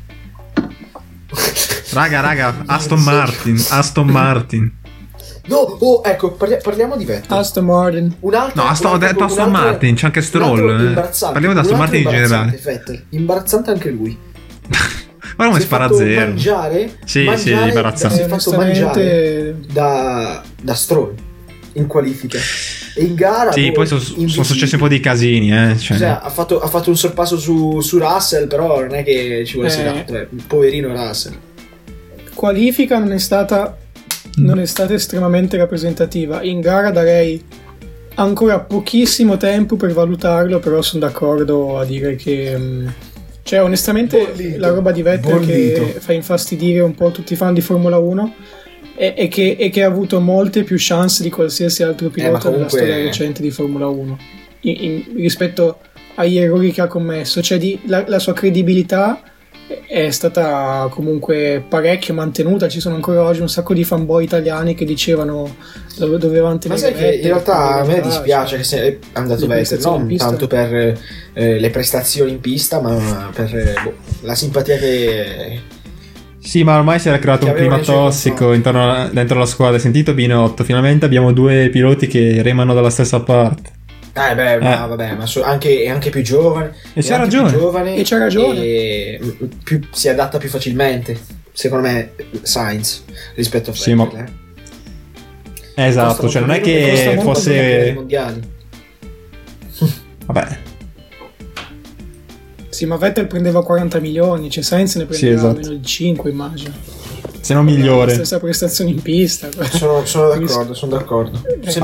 Speaker 1: Raga, Aston Martin.
Speaker 3: No, ecco, parliamo di Vettel.
Speaker 2: Aston Martin.
Speaker 1: Ho detto Aston Martin, c'è anche Stroll. Parliamo di Aston Martin in generale.
Speaker 3: Vettel, imbarazzante anche lui.
Speaker 1: Guarda come spara a zero. Sì, imbarazzante.
Speaker 3: Si è fatto mangiare da Stroll in qualifica. E in gara
Speaker 1: sì, poi sono successi un po' di casini,
Speaker 3: cioè, ha fatto un sorpasso su Russell, però non è che ci volesse dare, poverino Russell.
Speaker 2: Qualifica non è stata estremamente rappresentativa. In gara darei ancora pochissimo tempo per valutarlo, però sono d'accordo a dire che cioè onestamente la roba di Vettel che fa infastidire un po' tutti i fan di Formula 1 e che ha avuto molte più chance di qualsiasi altro pilota nella storia recente di Formula 1 rispetto agli errori che ha commesso, cioè la sua credibilità è stata comunque parecchio mantenuta. Ci sono ancora oggi un sacco di fanboy italiani che dicevano doveva mantenere.
Speaker 3: Ma sai che in realtà a me dispiace che sia andato Vettel, non tanto per le prestazioni in pista, ma per la simpatia che...
Speaker 1: Sì, ma ormai si era creato un clima tossico dentro la squadra. Hai sentito Binotto? Finalmente abbiamo 2 piloti che remano dalla stessa parte.
Speaker 3: Ma vabbè, ma anche più giovane.
Speaker 2: E c'ha ragione.
Speaker 3: E si adatta più facilmente, secondo me, Sainz rispetto a Vettel.
Speaker 1: Esatto, cioè non è che fosse
Speaker 3: mondiali.
Speaker 1: Vabbè.
Speaker 2: Sì, ma Vettel prendeva 40 milioni, cioè Sainz ne prendeva meno di 5, immagino.
Speaker 1: Se non migliore.
Speaker 2: La stessa prestazione in pista.
Speaker 3: Sono d'accordo.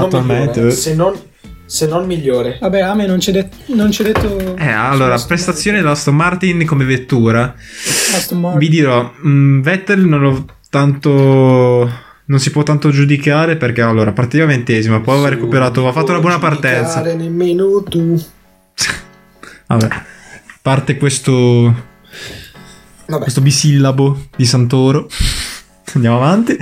Speaker 3: Se non migliore.
Speaker 2: Vabbè, a me non c'è detto.
Speaker 1: Allora, prestazione dell'Aston Martin come vettura. Vi dirò, Vettel non si può tanto giudicare perché allora partiva 20ª, poi ha fatto una buona partenza.
Speaker 3: Nemmeno tu.
Speaker 1: Vabbè, parte questo bisillabo di Santoro. Andiamo avanti.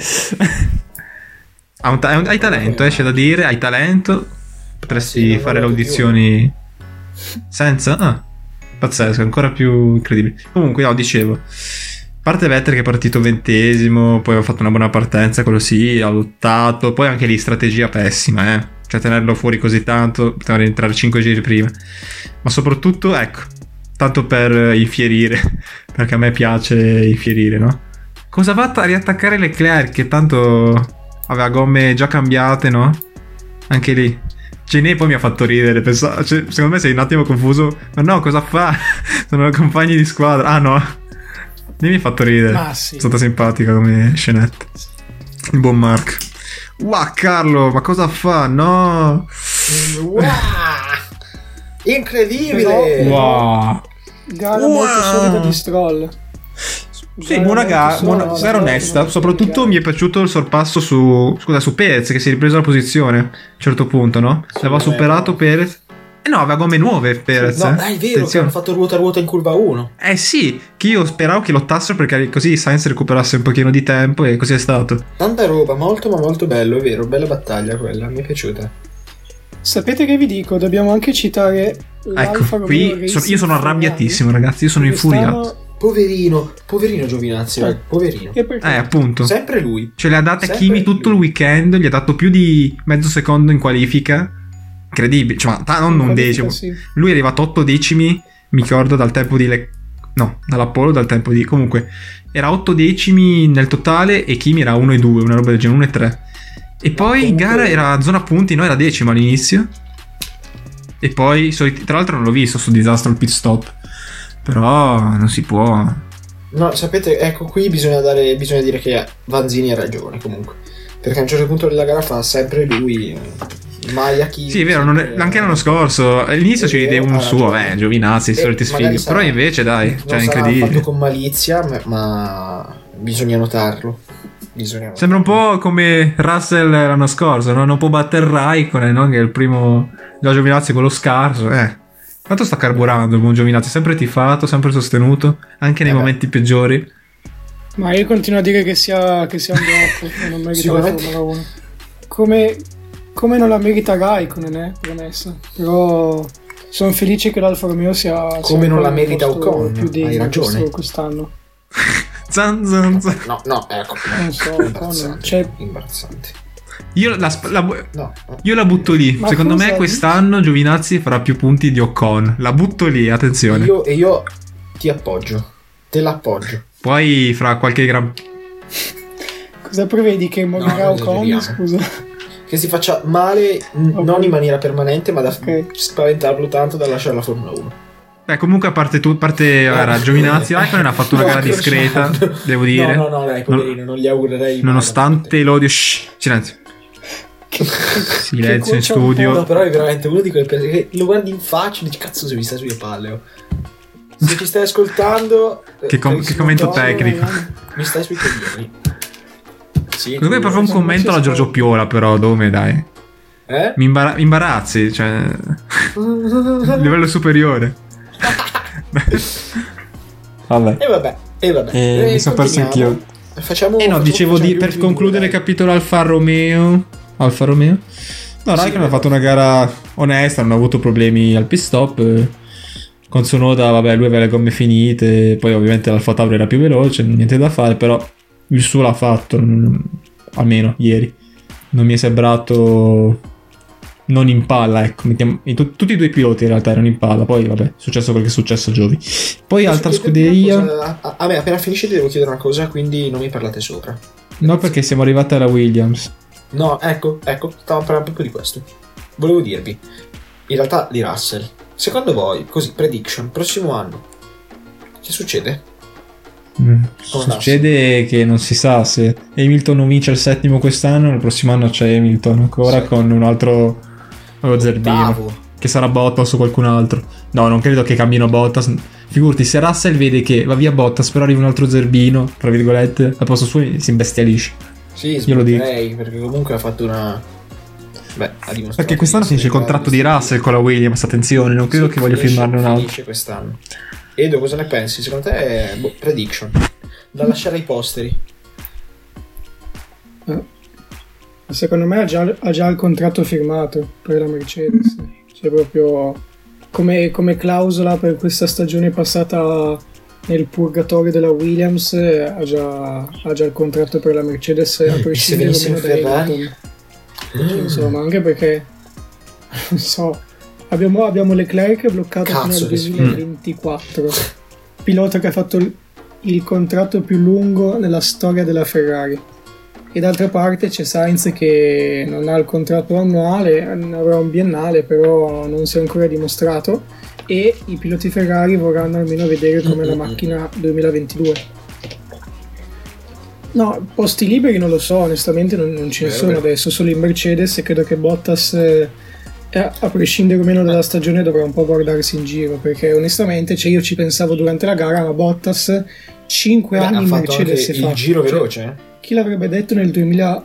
Speaker 1: Hai talento, c'è da dire, hai talento. Potresti fare le audizioni senza? Pazzesco, ancora più incredibile. Comunque, dicevo, a parte Vettel che è partito 20º, poi ha fatto una buona partenza, quello sì, ha lottato, poi anche lì strategia pessima, cioè tenerlo fuori così tanto, poteva entrare 5 giri prima. Ma soprattutto, ecco, tanto per infierire, perché a me piace infierire, no? Cosa va a riattaccare Leclerc, che tanto aveva gomme già cambiate, no? Anche lì. Gené poi mi ha fatto ridere, cioè, secondo me sei un attimo confuso. Ma no, cosa fa? Sono compagni di squadra. Ah no. Lì mi ha fatto ridere.
Speaker 2: Ah, sì.
Speaker 1: È stata simpatica come scenetta. Il buon Mark. Wow, Carlo, ma cosa fa? No.
Speaker 3: Wow! Incredibile!
Speaker 2: Però-
Speaker 1: Wow.
Speaker 2: Gara molto solida di Stroll.
Speaker 1: Sì, buona gara, sarò onesta. Soprattutto mi è piaciuto il sorpasso su Perez, che si è ripreso la posizione a un certo punto, no? L'aveva superato Perez. No, aveva gomme nuove Perez.
Speaker 3: No, è vero che hanno fatto ruota a ruota in curva 1.
Speaker 1: Sì, che io speravo che lottassero perché così Sainz recuperasse un pochino di tempo e così è stato.
Speaker 3: Tanta roba, molto ma molto bello, è vero, bella battaglia quella, mi è piaciuta.
Speaker 2: Sapete che vi dico? Dobbiamo anche citare l'Alfa
Speaker 1: Ecco, qui
Speaker 2: Romeo
Speaker 1: io
Speaker 2: Racing
Speaker 1: sono arrabbiatissimo, ragazzi, io sono infuriato.
Speaker 3: Poverino Giovinazzi, poverino.
Speaker 2: E perché?
Speaker 1: Appunto.
Speaker 3: Sempre lui.
Speaker 1: Ce le ha date a
Speaker 3: Sempre
Speaker 1: Kimi tutto il
Speaker 3: lui.
Speaker 1: weekend, gli ha dato più di mezzo secondo in qualifica. Incredibile, cioè, non un decimo.
Speaker 2: Sì.
Speaker 1: Lui è arrivato 8 decimi, mi ricordo, dal tempo di dall'Apollo, dal tempo di... Comunque, era 8 decimi nel totale e Kimi era 1 e 2, una roba del genere, 1 e 3. E poi in
Speaker 3: comunque-
Speaker 1: gara era a zona punti, no? Era decimo all'inizio. E poi, tra l'altro non l'ho visto sul disastro al pit stop. Però non si può...
Speaker 3: No, sapete, ecco qui bisogna dire che Vanzini ha ragione comunque. Perché a un certo punto della gara fa sempre lui. Mai a chi.
Speaker 1: Sì, è vero, anche l'anno scorso all'inizio ci vede uno suo, Giovinazzi, i soliti sfighi. Però invece dai,
Speaker 3: non
Speaker 1: cioè è
Speaker 3: sarà
Speaker 1: incredibile.
Speaker 3: fatto con malizia, ma bisogna notarlo.
Speaker 1: Sembra un po' come Russell l'anno scorso, no? Non può battere Raikkonen, no? Che è il primo già Giovinazzi, quello scarso. Quanto sta carburando il buon Giovinazzi? Sempre tifato, sempre sostenuto, anche nei momenti peggiori.
Speaker 2: Ma io continuo a dire che sia un blocco e non merita la
Speaker 3: Sicuramente.
Speaker 2: Formula 1. Come non la merita Raikkonen, promessa. Però sono felice che l'Alfa Romeo sia
Speaker 3: Come non la
Speaker 2: un
Speaker 3: merita
Speaker 2: posto
Speaker 3: Ocon,
Speaker 2: più degno
Speaker 3: hai ragione.
Speaker 2: quest'anno.
Speaker 1: Zan, zan, zan.
Speaker 3: No, ecco.
Speaker 2: Non so, Ocon,
Speaker 3: Imbarazzante.
Speaker 2: cioè,
Speaker 3: Imbarazzante.
Speaker 1: Io
Speaker 3: No.
Speaker 1: io la butto lì.
Speaker 2: Ma
Speaker 1: Secondo
Speaker 2: cosa
Speaker 1: me quest'anno Giovinazzi farà più punti di Ocon. La butto lì, attenzione.
Speaker 3: Io ti appoggio. Te l'appoggio.
Speaker 1: Poi fra qualche gran...
Speaker 2: cosa prevedi che morirà
Speaker 3: non
Speaker 2: Ocon?
Speaker 3: esageriamo.
Speaker 2: Scusa.
Speaker 3: Che si faccia male non in maniera permanente, ma da
Speaker 2: Ok.
Speaker 3: spaventarlo tanto da lasciare la Formula 1.
Speaker 1: Comunque a parte era Giovinazzi, Raikkonen ha fatto una gara discreta, devo dire.
Speaker 3: No, dai, poverino, non gli augurerei.
Speaker 1: Nonostante l'odio... Shh, silenzio. Silenzio in studio.
Speaker 3: No, però è veramente uno di quelle persone che lo guardi in faccia e dici cazzo se mi stai sulle palle. Oh. Se ci stai ascoltando,
Speaker 1: Che commento
Speaker 3: Antonio,
Speaker 1: tecnico.
Speaker 3: Mi stai sui coglioni. Sì,
Speaker 1: Secondo me è proprio un commento alla Giorgio Piola, però, dove dai?
Speaker 3: Eh?
Speaker 1: Mi imbarazzi, cioè... livello superiore. Vabbè.
Speaker 3: E vabbè.
Speaker 1: Mi sono perso
Speaker 3: continuiamo.
Speaker 1: anch'io.
Speaker 3: Facciamo
Speaker 1: Dicevo
Speaker 3: facciamo gli
Speaker 1: per
Speaker 3: ultimi
Speaker 1: concludere il
Speaker 3: due.
Speaker 1: capitolo Alfa Romeo. No, Raikkonen ha fatto una gara onesta, non ha avuto problemi al pit stop. Con Tsunoda, vabbè, lui aveva le gomme finite. Poi ovviamente l'Alfa Tauri era più veloce, niente da fare, però il suo l'ha fatto, almeno ieri. Non mi è sembrato non in palla, ecco. Tutti e due i piloti in realtà erano in palla. Poi vabbè, è successo quel che è successo a Giovi. Poi altra
Speaker 3: Posso chiederti
Speaker 1: scuderia.
Speaker 3: una cosa? A me appena finisce ti devo chiedere una cosa, quindi non mi parlate sopra.
Speaker 1: No, perché siamo arrivati alla Williams.
Speaker 3: No, ecco, stavo parlando proprio di questo. Volevo dirvi, in realtà di Russell. Secondo voi, così, prediction, prossimo anno, che succede?
Speaker 1: Succede che non si sa se Hamilton non vince il settimo quest'anno, il prossimo anno c'è Hamilton ancora
Speaker 3: Sì.
Speaker 1: con un altro zerbino
Speaker 3: Ottavo.
Speaker 1: che sarà Bottas o qualcun altro. No, non credo che cambino Bottas. Figurati, se Russell vede che va via Bottas però arriva un altro zerbino, tra virgolette, al posto suo si imbestialisce.
Speaker 3: Sì,
Speaker 1: Io lo dico.
Speaker 3: smetterei, perché comunque ha fatto una... Beh, ha dimostrato
Speaker 1: Perché quest'anno
Speaker 3: di
Speaker 1: finisce il
Speaker 3: essere
Speaker 1: contratto di
Speaker 3: grande.
Speaker 1: Russell con la Williams, attenzione, non credo
Speaker 3: Sì,
Speaker 1: che voglia firmarne un altro.
Speaker 3: Finisce quest'anno. Edo, cosa ne pensi? Secondo te è prediction da lasciare ai posteri?
Speaker 2: Secondo me ha già il contratto firmato per la Mercedes. Cioè proprio come clausola per questa stagione passata nel purgatorio della Williams ha già il contratto per la Mercedes a prescindere
Speaker 3: venisse
Speaker 2: o meno da
Speaker 3: in Ferrari?
Speaker 2: Hamilton. Cioè, insomma, anche perché non so, abbiamo Leclerc bloccato
Speaker 3: Cazzo,
Speaker 2: fino al
Speaker 3: che
Speaker 2: 2024. Pilota che ha fatto il contratto più lungo nella storia della Ferrari. E d'altra parte c'è Sainz che non ha il contratto annuale, avrà un biennale, però non si è ancora dimostrato, e i piloti Ferrari vorranno almeno vedere come la macchina 2022. No, posti liberi non lo so, onestamente non ce ne sono adesso, solo in Mercedes, e credo che Bottas, a prescindere o meno dalla stagione, dovrà un po' guardarsi in giro, perché onestamente io ci pensavo durante la gara, ma Bottas 5 anni in Mercedes
Speaker 3: il giro veloce?
Speaker 2: Chi l'avrebbe detto nel 2000?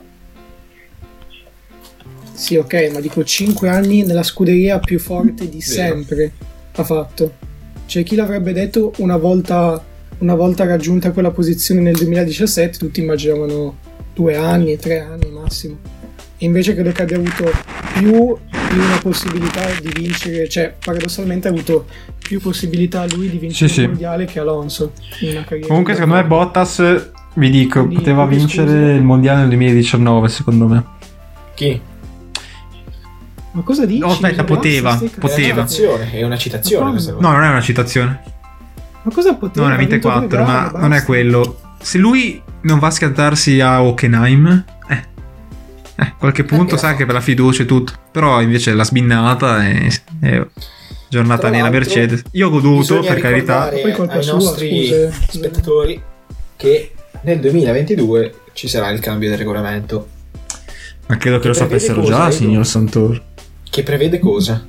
Speaker 2: Sì, ok, ma dico 5 anni nella scuderia più forte di sempre ha fatto. Cioè, chi l'avrebbe detto una volta raggiunta quella posizione nel 2017, tutti immaginavano 2 anni, 3 anni massimo. E invece credo che abbia avuto più di una possibilità di vincere, cioè paradossalmente ha avuto più possibilità lui di vincere il mondiale che Alonso in una carriera.
Speaker 1: Comunque secondo me Bottas, vi dico,
Speaker 2: Quindi,
Speaker 1: poteva vincere il mondiale nel 2019 secondo me.
Speaker 3: Chi?
Speaker 2: Ma cosa dici?
Speaker 1: No, aspetta, poteva.
Speaker 3: È una citazione questa cosa.
Speaker 1: No, non è una citazione.
Speaker 2: Ma cosa poteva?
Speaker 1: No, ne ha vinte 4, ma non è quello. Se lui non va a schiantarsi a Hockenheim, qualche punto sa che per la fiducia e tutto. Però invece l'ha sbinnata e giornata nera Mercedes. Io ho goduto, per carità.
Speaker 2: Poi colpa
Speaker 3: ai
Speaker 2: sua,
Speaker 3: nostri spettatori che nel 2022 ci sarà il cambio del regolamento.
Speaker 1: Ma credo che lo sapessero già, signor Santoro.
Speaker 3: Che prevede cosa?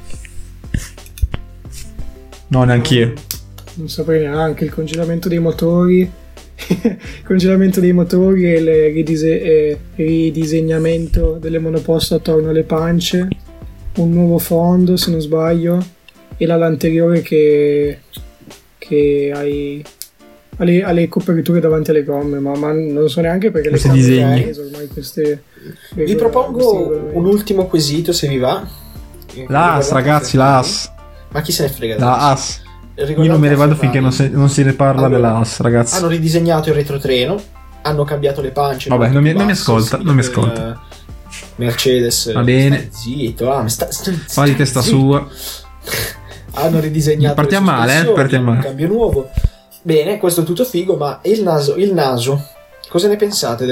Speaker 1: No, neanch'io.
Speaker 2: Non saprei neanche. Il congelamento dei motori il congelamento dei motori e il ridisegnamento delle monoposto attorno alle pance, un nuovo fondo se non sbaglio, e l'ala anteriore che ha le coperture davanti alle gomme, ma non so neanche perché
Speaker 1: questi disegni.
Speaker 2: Ormai queste
Speaker 3: vi propongo un ultimo quesito, se vi va.
Speaker 1: L'AS, ragazzi, l'AS.
Speaker 3: Ma chi se ne frega
Speaker 1: la AS? Io non me ne vado finché non se ne parla della AS, ragazzi.
Speaker 3: Hanno ridisegnato il retrotreno, hanno cambiato le pance.
Speaker 1: Vabbè, non mi ascolta, non mi ascolta.
Speaker 3: Mercedes,
Speaker 1: va bene,
Speaker 3: zitto,
Speaker 1: fa di testa sua.
Speaker 3: Hanno ridisegnato.
Speaker 1: Partiamo male, partiamo male.
Speaker 3: Un cambio nuovo. Bene, questo è tutto figo, ma il naso, cosa ne pensate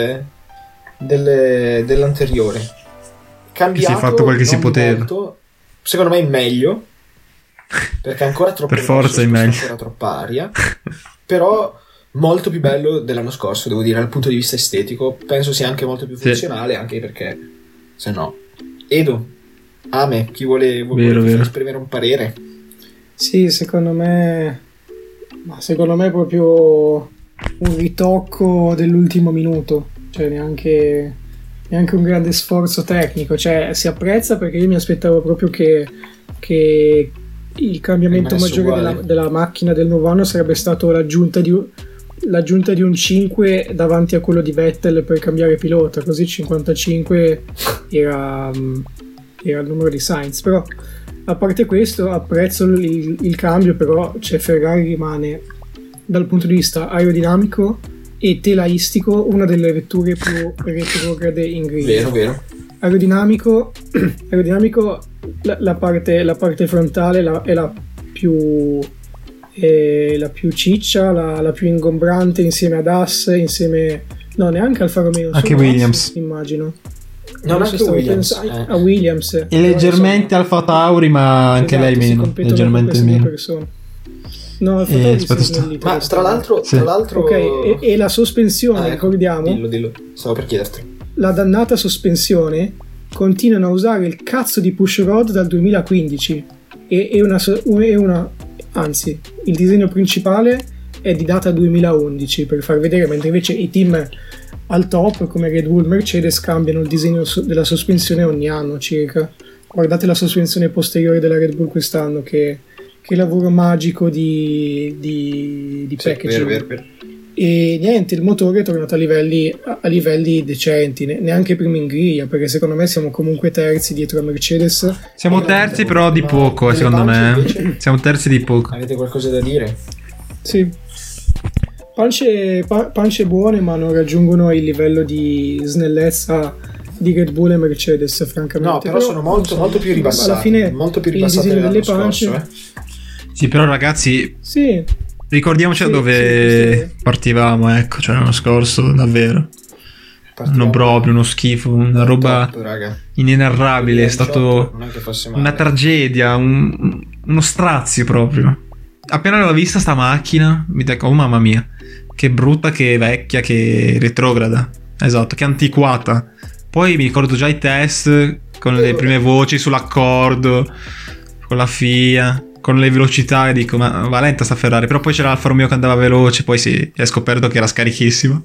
Speaker 3: dell'anteriore? Cambiato,
Speaker 1: si è fatto quel che si poteva.
Speaker 3: Molto, secondo me è meglio, perché è ancora troppo
Speaker 1: per forza è meglio,
Speaker 3: ancora troppa aria, però molto più bello dell'anno scorso, devo dire, dal punto di vista estetico. Penso sia anche molto più funzionale, anche perché se no. Edo, chi vuole esprimere un parere?
Speaker 2: Sì, secondo me è proprio un ritocco dell'ultimo minuto, cioè neanche un grande sforzo tecnico, cioè si apprezza, perché io mi aspettavo proprio che il cambiamento maggiore della macchina del nuovo anno sarebbe stato l'aggiunta di un 5 davanti a quello di Vettel per cambiare pilota, così 55 era il numero di Sainz. Però a parte questo apprezzo il cambio, però Ferrari rimane dal punto di vista aerodinamico e telaistico una delle vetture più retrograde in griglia.
Speaker 3: Vero.
Speaker 2: Aerodinamico la parte frontale è la più ciccia, la più ingombrante, insieme ad Haas, neanche Alfa Romeo,
Speaker 1: anche Williams,
Speaker 2: Haas, immagino.
Speaker 3: Non anche Williams,
Speaker 2: a Williams
Speaker 1: e leggermente Alfa Tauri, ma anche lei meno, leggermente meno.
Speaker 2: No,
Speaker 3: ma tra l'altro
Speaker 2: ok, e la sospensione, ricordiamo,
Speaker 3: dillo, stavo per chiederti.
Speaker 2: La dannata sospensione continuano a usare il cazzo di push rod dal 2015 anzi, il disegno principale è di data 2011, per far vedere, mentre invece i team al top come Red Bull, Mercedes cambiano il disegno della sospensione ogni anno circa. Guardate la sospensione posteriore della Red Bull quest'anno, che lavoro magico di packaging. Vero. E niente, il motore è tornato a livelli decenti, neanche prima in griglia, perché secondo me siamo comunque terzi dietro a Mercedes.
Speaker 1: Siamo terzi, però di poco, secondo me.
Speaker 3: Invece,
Speaker 1: siamo terzi di poco.
Speaker 3: Avete qualcosa da dire?
Speaker 2: Sì. Pance buone, ma non raggiungono il livello di snellezza di Red Bull e Mercedes, francamente.
Speaker 3: No, però sono molto più ribassati.
Speaker 2: Alla fine
Speaker 3: molto più
Speaker 2: il disegno delle pance
Speaker 3: scorso,
Speaker 1: Sì, però ragazzi,
Speaker 2: sì,
Speaker 1: Ricordiamoci da
Speaker 2: Sì,
Speaker 1: dove
Speaker 2: sì,
Speaker 1: partivamo, ecco, cioè l'anno scorso, davvero.
Speaker 3: Partiamo
Speaker 1: Non proprio, uno schifo, una
Speaker 3: dal
Speaker 1: roba
Speaker 3: top, raga.
Speaker 1: inenarrabile, è
Speaker 3: 2018
Speaker 1: stato
Speaker 3: non è che fosse male.
Speaker 1: una tragedia, uno strazio proprio. Appena l'ho vista sta macchina, mi dico, oh mamma mia, che brutta, che vecchia, che retrograda. Esatto, che antiquata. Poi mi ricordo già i test con le prime voci sull'accordo, con la FIA, con le velocità, e dico, ma va lenta sta Ferrari. Però poi c'era l'Alfa Romeo che andava veloce, poi sì, è scoperto che era scarichissimo.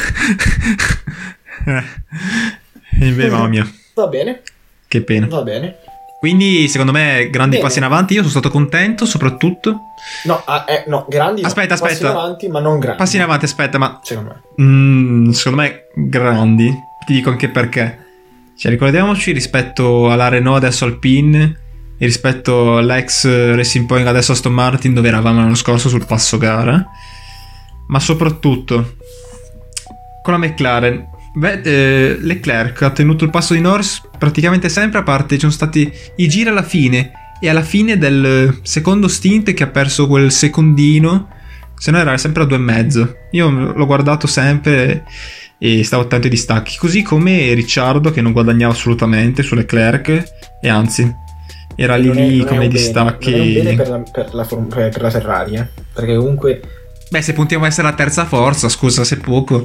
Speaker 1: E invece, mamma mia,
Speaker 3: Va bene,
Speaker 1: che pena.
Speaker 3: va bene.
Speaker 1: Quindi secondo me grandi
Speaker 3: Bene.
Speaker 1: passi in avanti. Io sono stato contento soprattutto.
Speaker 3: No, no, grandi.
Speaker 1: Aspetta,
Speaker 3: no. Passi
Speaker 1: aspetta.
Speaker 3: in avanti, ma non grandi.
Speaker 1: Passi in avanti, aspetta, ma
Speaker 3: Secondo me.
Speaker 1: secondo me grandi. Ti dico anche perché. Cioè, ricordiamoci, rispetto alla Renault adesso Alpine e rispetto all'ex Racing Point adesso Aston Martin, dove eravamo l'anno scorso sul passo gara, ma soprattutto con la McLaren. Leclerc ha tenuto il passo di Norris praticamente sempre, a parte ci sono stati i giri alla fine e alla fine del secondo stint che ha perso quel secondino, se no era sempre a 2,5. Io l'ho guardato sempre e stavo attento ai distacchi, così come Ricciardo che non guadagnava assolutamente su Leclerc e anzi era lì
Speaker 3: Non è-
Speaker 1: lì
Speaker 3: non è
Speaker 1: come
Speaker 3: un
Speaker 1: i
Speaker 3: bene,
Speaker 1: distacchi.
Speaker 3: Non è un bene per la Ferrari, perché comunque
Speaker 1: Beh, se puntiamo a essere la terza forza, scusa se poco.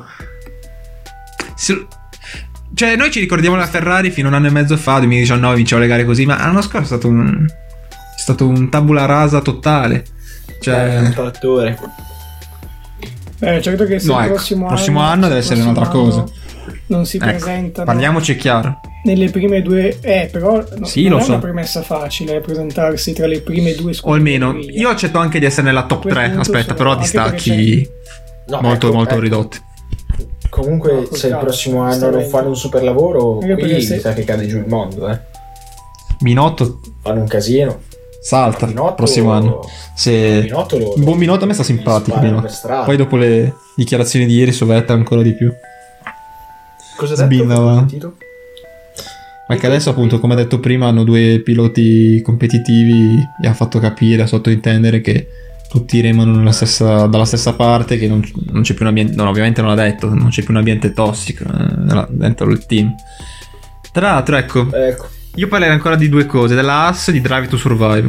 Speaker 1: Cioè, noi ci ricordiamo la Ferrari fino a un anno e mezzo fa, 2019, vinceva le gare così, ma l'anno scorso è stato un tabula rasa totale.
Speaker 3: è
Speaker 1: Cioè,
Speaker 3: un trattore.
Speaker 2: certo che se
Speaker 1: no,
Speaker 2: il
Speaker 1: ecco,
Speaker 2: prossimo anno
Speaker 1: deve essere un'altra cosa.
Speaker 2: non si
Speaker 1: Ecco,
Speaker 2: presentano
Speaker 1: parliamoci chiaro.
Speaker 2: nelle prime due, però
Speaker 1: Sì,
Speaker 2: non
Speaker 1: lo
Speaker 2: è
Speaker 1: so.
Speaker 2: una premessa facile presentarsi tra le prime due
Speaker 1: O
Speaker 2: scuderie.
Speaker 1: almeno, io accetto anche di essere nella top
Speaker 2: A quel
Speaker 1: 3,
Speaker 2: punto
Speaker 1: aspetta,
Speaker 2: sono-
Speaker 1: però a
Speaker 2: anche perché
Speaker 1: distacchi
Speaker 3: No,
Speaker 1: molto,
Speaker 3: ecco,
Speaker 1: molto
Speaker 3: ecco.
Speaker 1: ridotti.
Speaker 3: Comunque,
Speaker 2: No, col
Speaker 3: se il
Speaker 2: cazzo,
Speaker 3: prossimo anno non
Speaker 2: giustamente.
Speaker 3: fanno un super lavoro,
Speaker 2: Anche perché
Speaker 3: qui
Speaker 2: se-
Speaker 3: mi sa che cade giù il mondo,
Speaker 1: Binotto
Speaker 3: Fanno un casino.
Speaker 1: salta il
Speaker 3: Binotto-
Speaker 1: prossimo anno. Se...
Speaker 3: Binotto lo-
Speaker 1: Un buon Binotto a me sta
Speaker 3: gli
Speaker 1: simpatico.
Speaker 3: sparano
Speaker 1: Binotto.
Speaker 3: per strada.
Speaker 1: Poi dopo le dichiarazioni di ieri su Vettel ancora di più.
Speaker 3: Cosa hai detto?
Speaker 1: Sbinda,
Speaker 3: Cosa ho
Speaker 1: va.
Speaker 3: sentito?
Speaker 1: Ma che adesso, appunto, come detto prima, hanno due piloti competitivi e ha fatto capire, ha sottointendere che tutti remano dalla stessa parte, che non c'è più un ambiente. No, ovviamente non l'ha detto, non c'è più un ambiente tossico dentro il team. Tra l'altro, ecco,
Speaker 3: Ecco.
Speaker 1: io parlerei ancora di due cose: della AS e di Drive to Survive.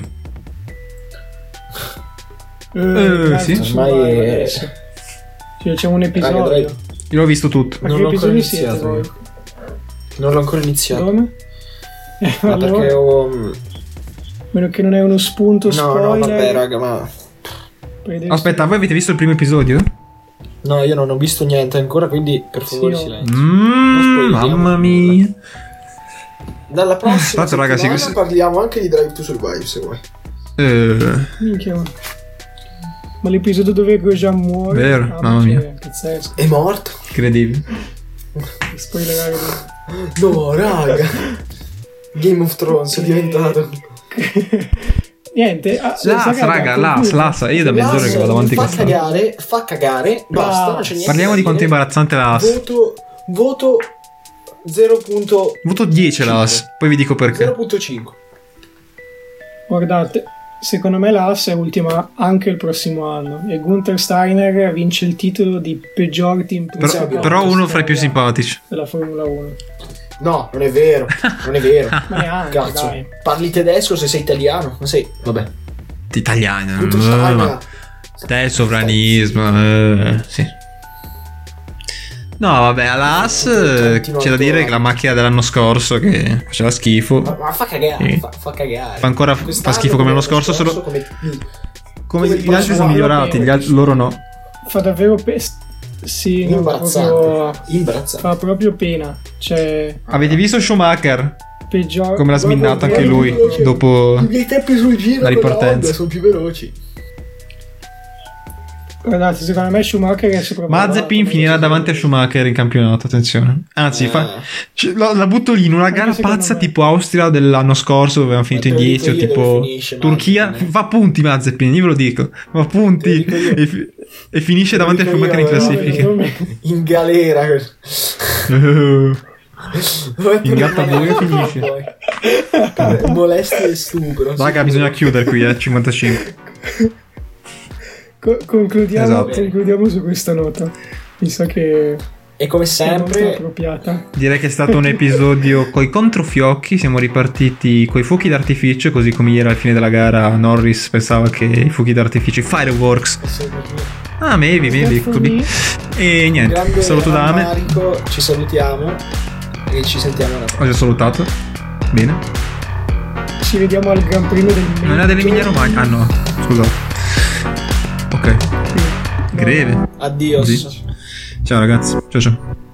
Speaker 1: Sì.
Speaker 3: Ormai è-
Speaker 2: Cioè, c'è un episodio.
Speaker 3: Raga,
Speaker 1: Io l'ho visto tutto.
Speaker 2: Ma
Speaker 3: Non
Speaker 2: che
Speaker 3: l'ho ancora
Speaker 2: episodi siete
Speaker 3: iniziato
Speaker 2: voi?
Speaker 3: io. Non l'ho ancora iniziato.
Speaker 2: Come?
Speaker 3: Ma
Speaker 2: Allora,
Speaker 3: perché ho...
Speaker 2: meno che non è uno spunto
Speaker 3: No,
Speaker 2: spoiler.
Speaker 3: vabbè, raga, ma...
Speaker 2: perché
Speaker 1: Aspetta, voi avete visto il primo episodio?
Speaker 3: No, io non ho visto niente ancora, quindi per favore
Speaker 2: Sì,
Speaker 3: silenzio. spoileriamo
Speaker 1: Mamma
Speaker 3: nulla.
Speaker 1: mia.
Speaker 3: Dalla prossima
Speaker 1: Tanto, raga,
Speaker 3: settimana
Speaker 1: sì,
Speaker 3: parliamo anche di Drive to Survive, se vuoi.
Speaker 2: Minchia, ma l'episodio dove Grosjean muore.
Speaker 1: Vero, mamma mia.
Speaker 2: Pazzesco.
Speaker 3: È morto?
Speaker 1: Incredibile.
Speaker 2: Spoilerare.
Speaker 3: No, raga. Game of Thrones è diventato.
Speaker 2: Niente.
Speaker 1: L'AS, raga, l'AS. Io da mezz'ora che vado avanti con
Speaker 3: fa cagare, basta, non c'è niente.
Speaker 1: Parliamo
Speaker 3: da
Speaker 1: di quanto è
Speaker 3: dire.
Speaker 1: imbarazzante l'AS.
Speaker 3: Voto 0.5.
Speaker 1: Voto 10 l'AS, poi vi dico perché.
Speaker 3: 0.5.
Speaker 2: Guardate, secondo me l'AS è ultima anche il prossimo anno e Gunther Steiner vince il titolo di peggior team principale
Speaker 1: Però uno fra i più
Speaker 2: storia
Speaker 1: simpatici.
Speaker 2: della Formula 1.
Speaker 3: No, non è vero. Non è vero.
Speaker 2: Ma neanche,
Speaker 3: Cazzo.
Speaker 2: dai.
Speaker 3: Parli tedesco se sei italiano? Ma sei. Vabbè.
Speaker 1: Italiano.
Speaker 3: Tutto Steiner.
Speaker 1: Ma te sovranismo. Sì. No, vabbè, all'AS c'è da dire che la macchina dell'anno scorso che faceva schifo.
Speaker 3: Ma fa cagare.
Speaker 1: Sì.
Speaker 3: Fa cagare.
Speaker 1: Fa ancora
Speaker 3: Quest'anno
Speaker 1: schifo come l'anno scorso, solo come gli altri sono migliorati, loro no.
Speaker 2: Fa davvero sì, no,
Speaker 3: Imbarazzante.
Speaker 2: proprio...
Speaker 3: Imbarazzante.
Speaker 2: fa proprio pena. Cioè,
Speaker 1: Avete visto Schumacher?
Speaker 2: peggior
Speaker 1: Come l'ha sminnato anche lui dopo
Speaker 3: I tempi sul giro
Speaker 1: la
Speaker 3: con
Speaker 1: ripartenza.
Speaker 3: Honda sono più veloci.
Speaker 2: Guardate, secondo me Schumacher è sopravvalutato.
Speaker 1: Mazepin finirà davanti a Schumacher in campionato, attenzione. Anzi, la butto lì in una gara
Speaker 2: secondo
Speaker 1: pazza
Speaker 2: me.
Speaker 1: tipo Austria dell'anno scorso dove avevano finito in
Speaker 3: te lo
Speaker 1: 10 o
Speaker 3: dico io
Speaker 1: tipo
Speaker 3: dove finisce
Speaker 1: Turchia.
Speaker 3: Mazepin.
Speaker 1: Fa punti Mazepin, io ve lo dico. Fa punti
Speaker 3: Te lo dico io.
Speaker 1: e finisce
Speaker 3: Te lo
Speaker 1: davanti a
Speaker 3: dico
Speaker 1: Schumacher in
Speaker 3: io,
Speaker 1: classifica.
Speaker 3: In galera.
Speaker 1: In gattabuia finisce.
Speaker 3: Molestie e stupro.
Speaker 1: Raga, bisogna chiudere qui, 55.
Speaker 2: Concludiamo,
Speaker 1: Esatto.
Speaker 2: concludiamo su questa nota. Mi sa che
Speaker 3: E come
Speaker 2: è una nota
Speaker 3: sempre,
Speaker 2: appropriata.
Speaker 1: Direi che è stato un episodio coi controfiocchi, siamo ripartiti coi fuochi d'artificio, così come ieri alla fine della gara Norris pensava che i fuochi d'artificio, i fireworks, maybe, could be. E niente,
Speaker 3: grande
Speaker 1: saluto da Ame,
Speaker 3: rammarico, ci salutiamo e ci sentiamo alla prossima.
Speaker 1: ho già salutato, bene,
Speaker 2: Ci vediamo al Gran Premio del
Speaker 1: non è dell'Emilia Romagna, ah no, scusate, ok, greve,
Speaker 3: Addios.
Speaker 1: Sì. Ciao ragazzi, ciao ciao.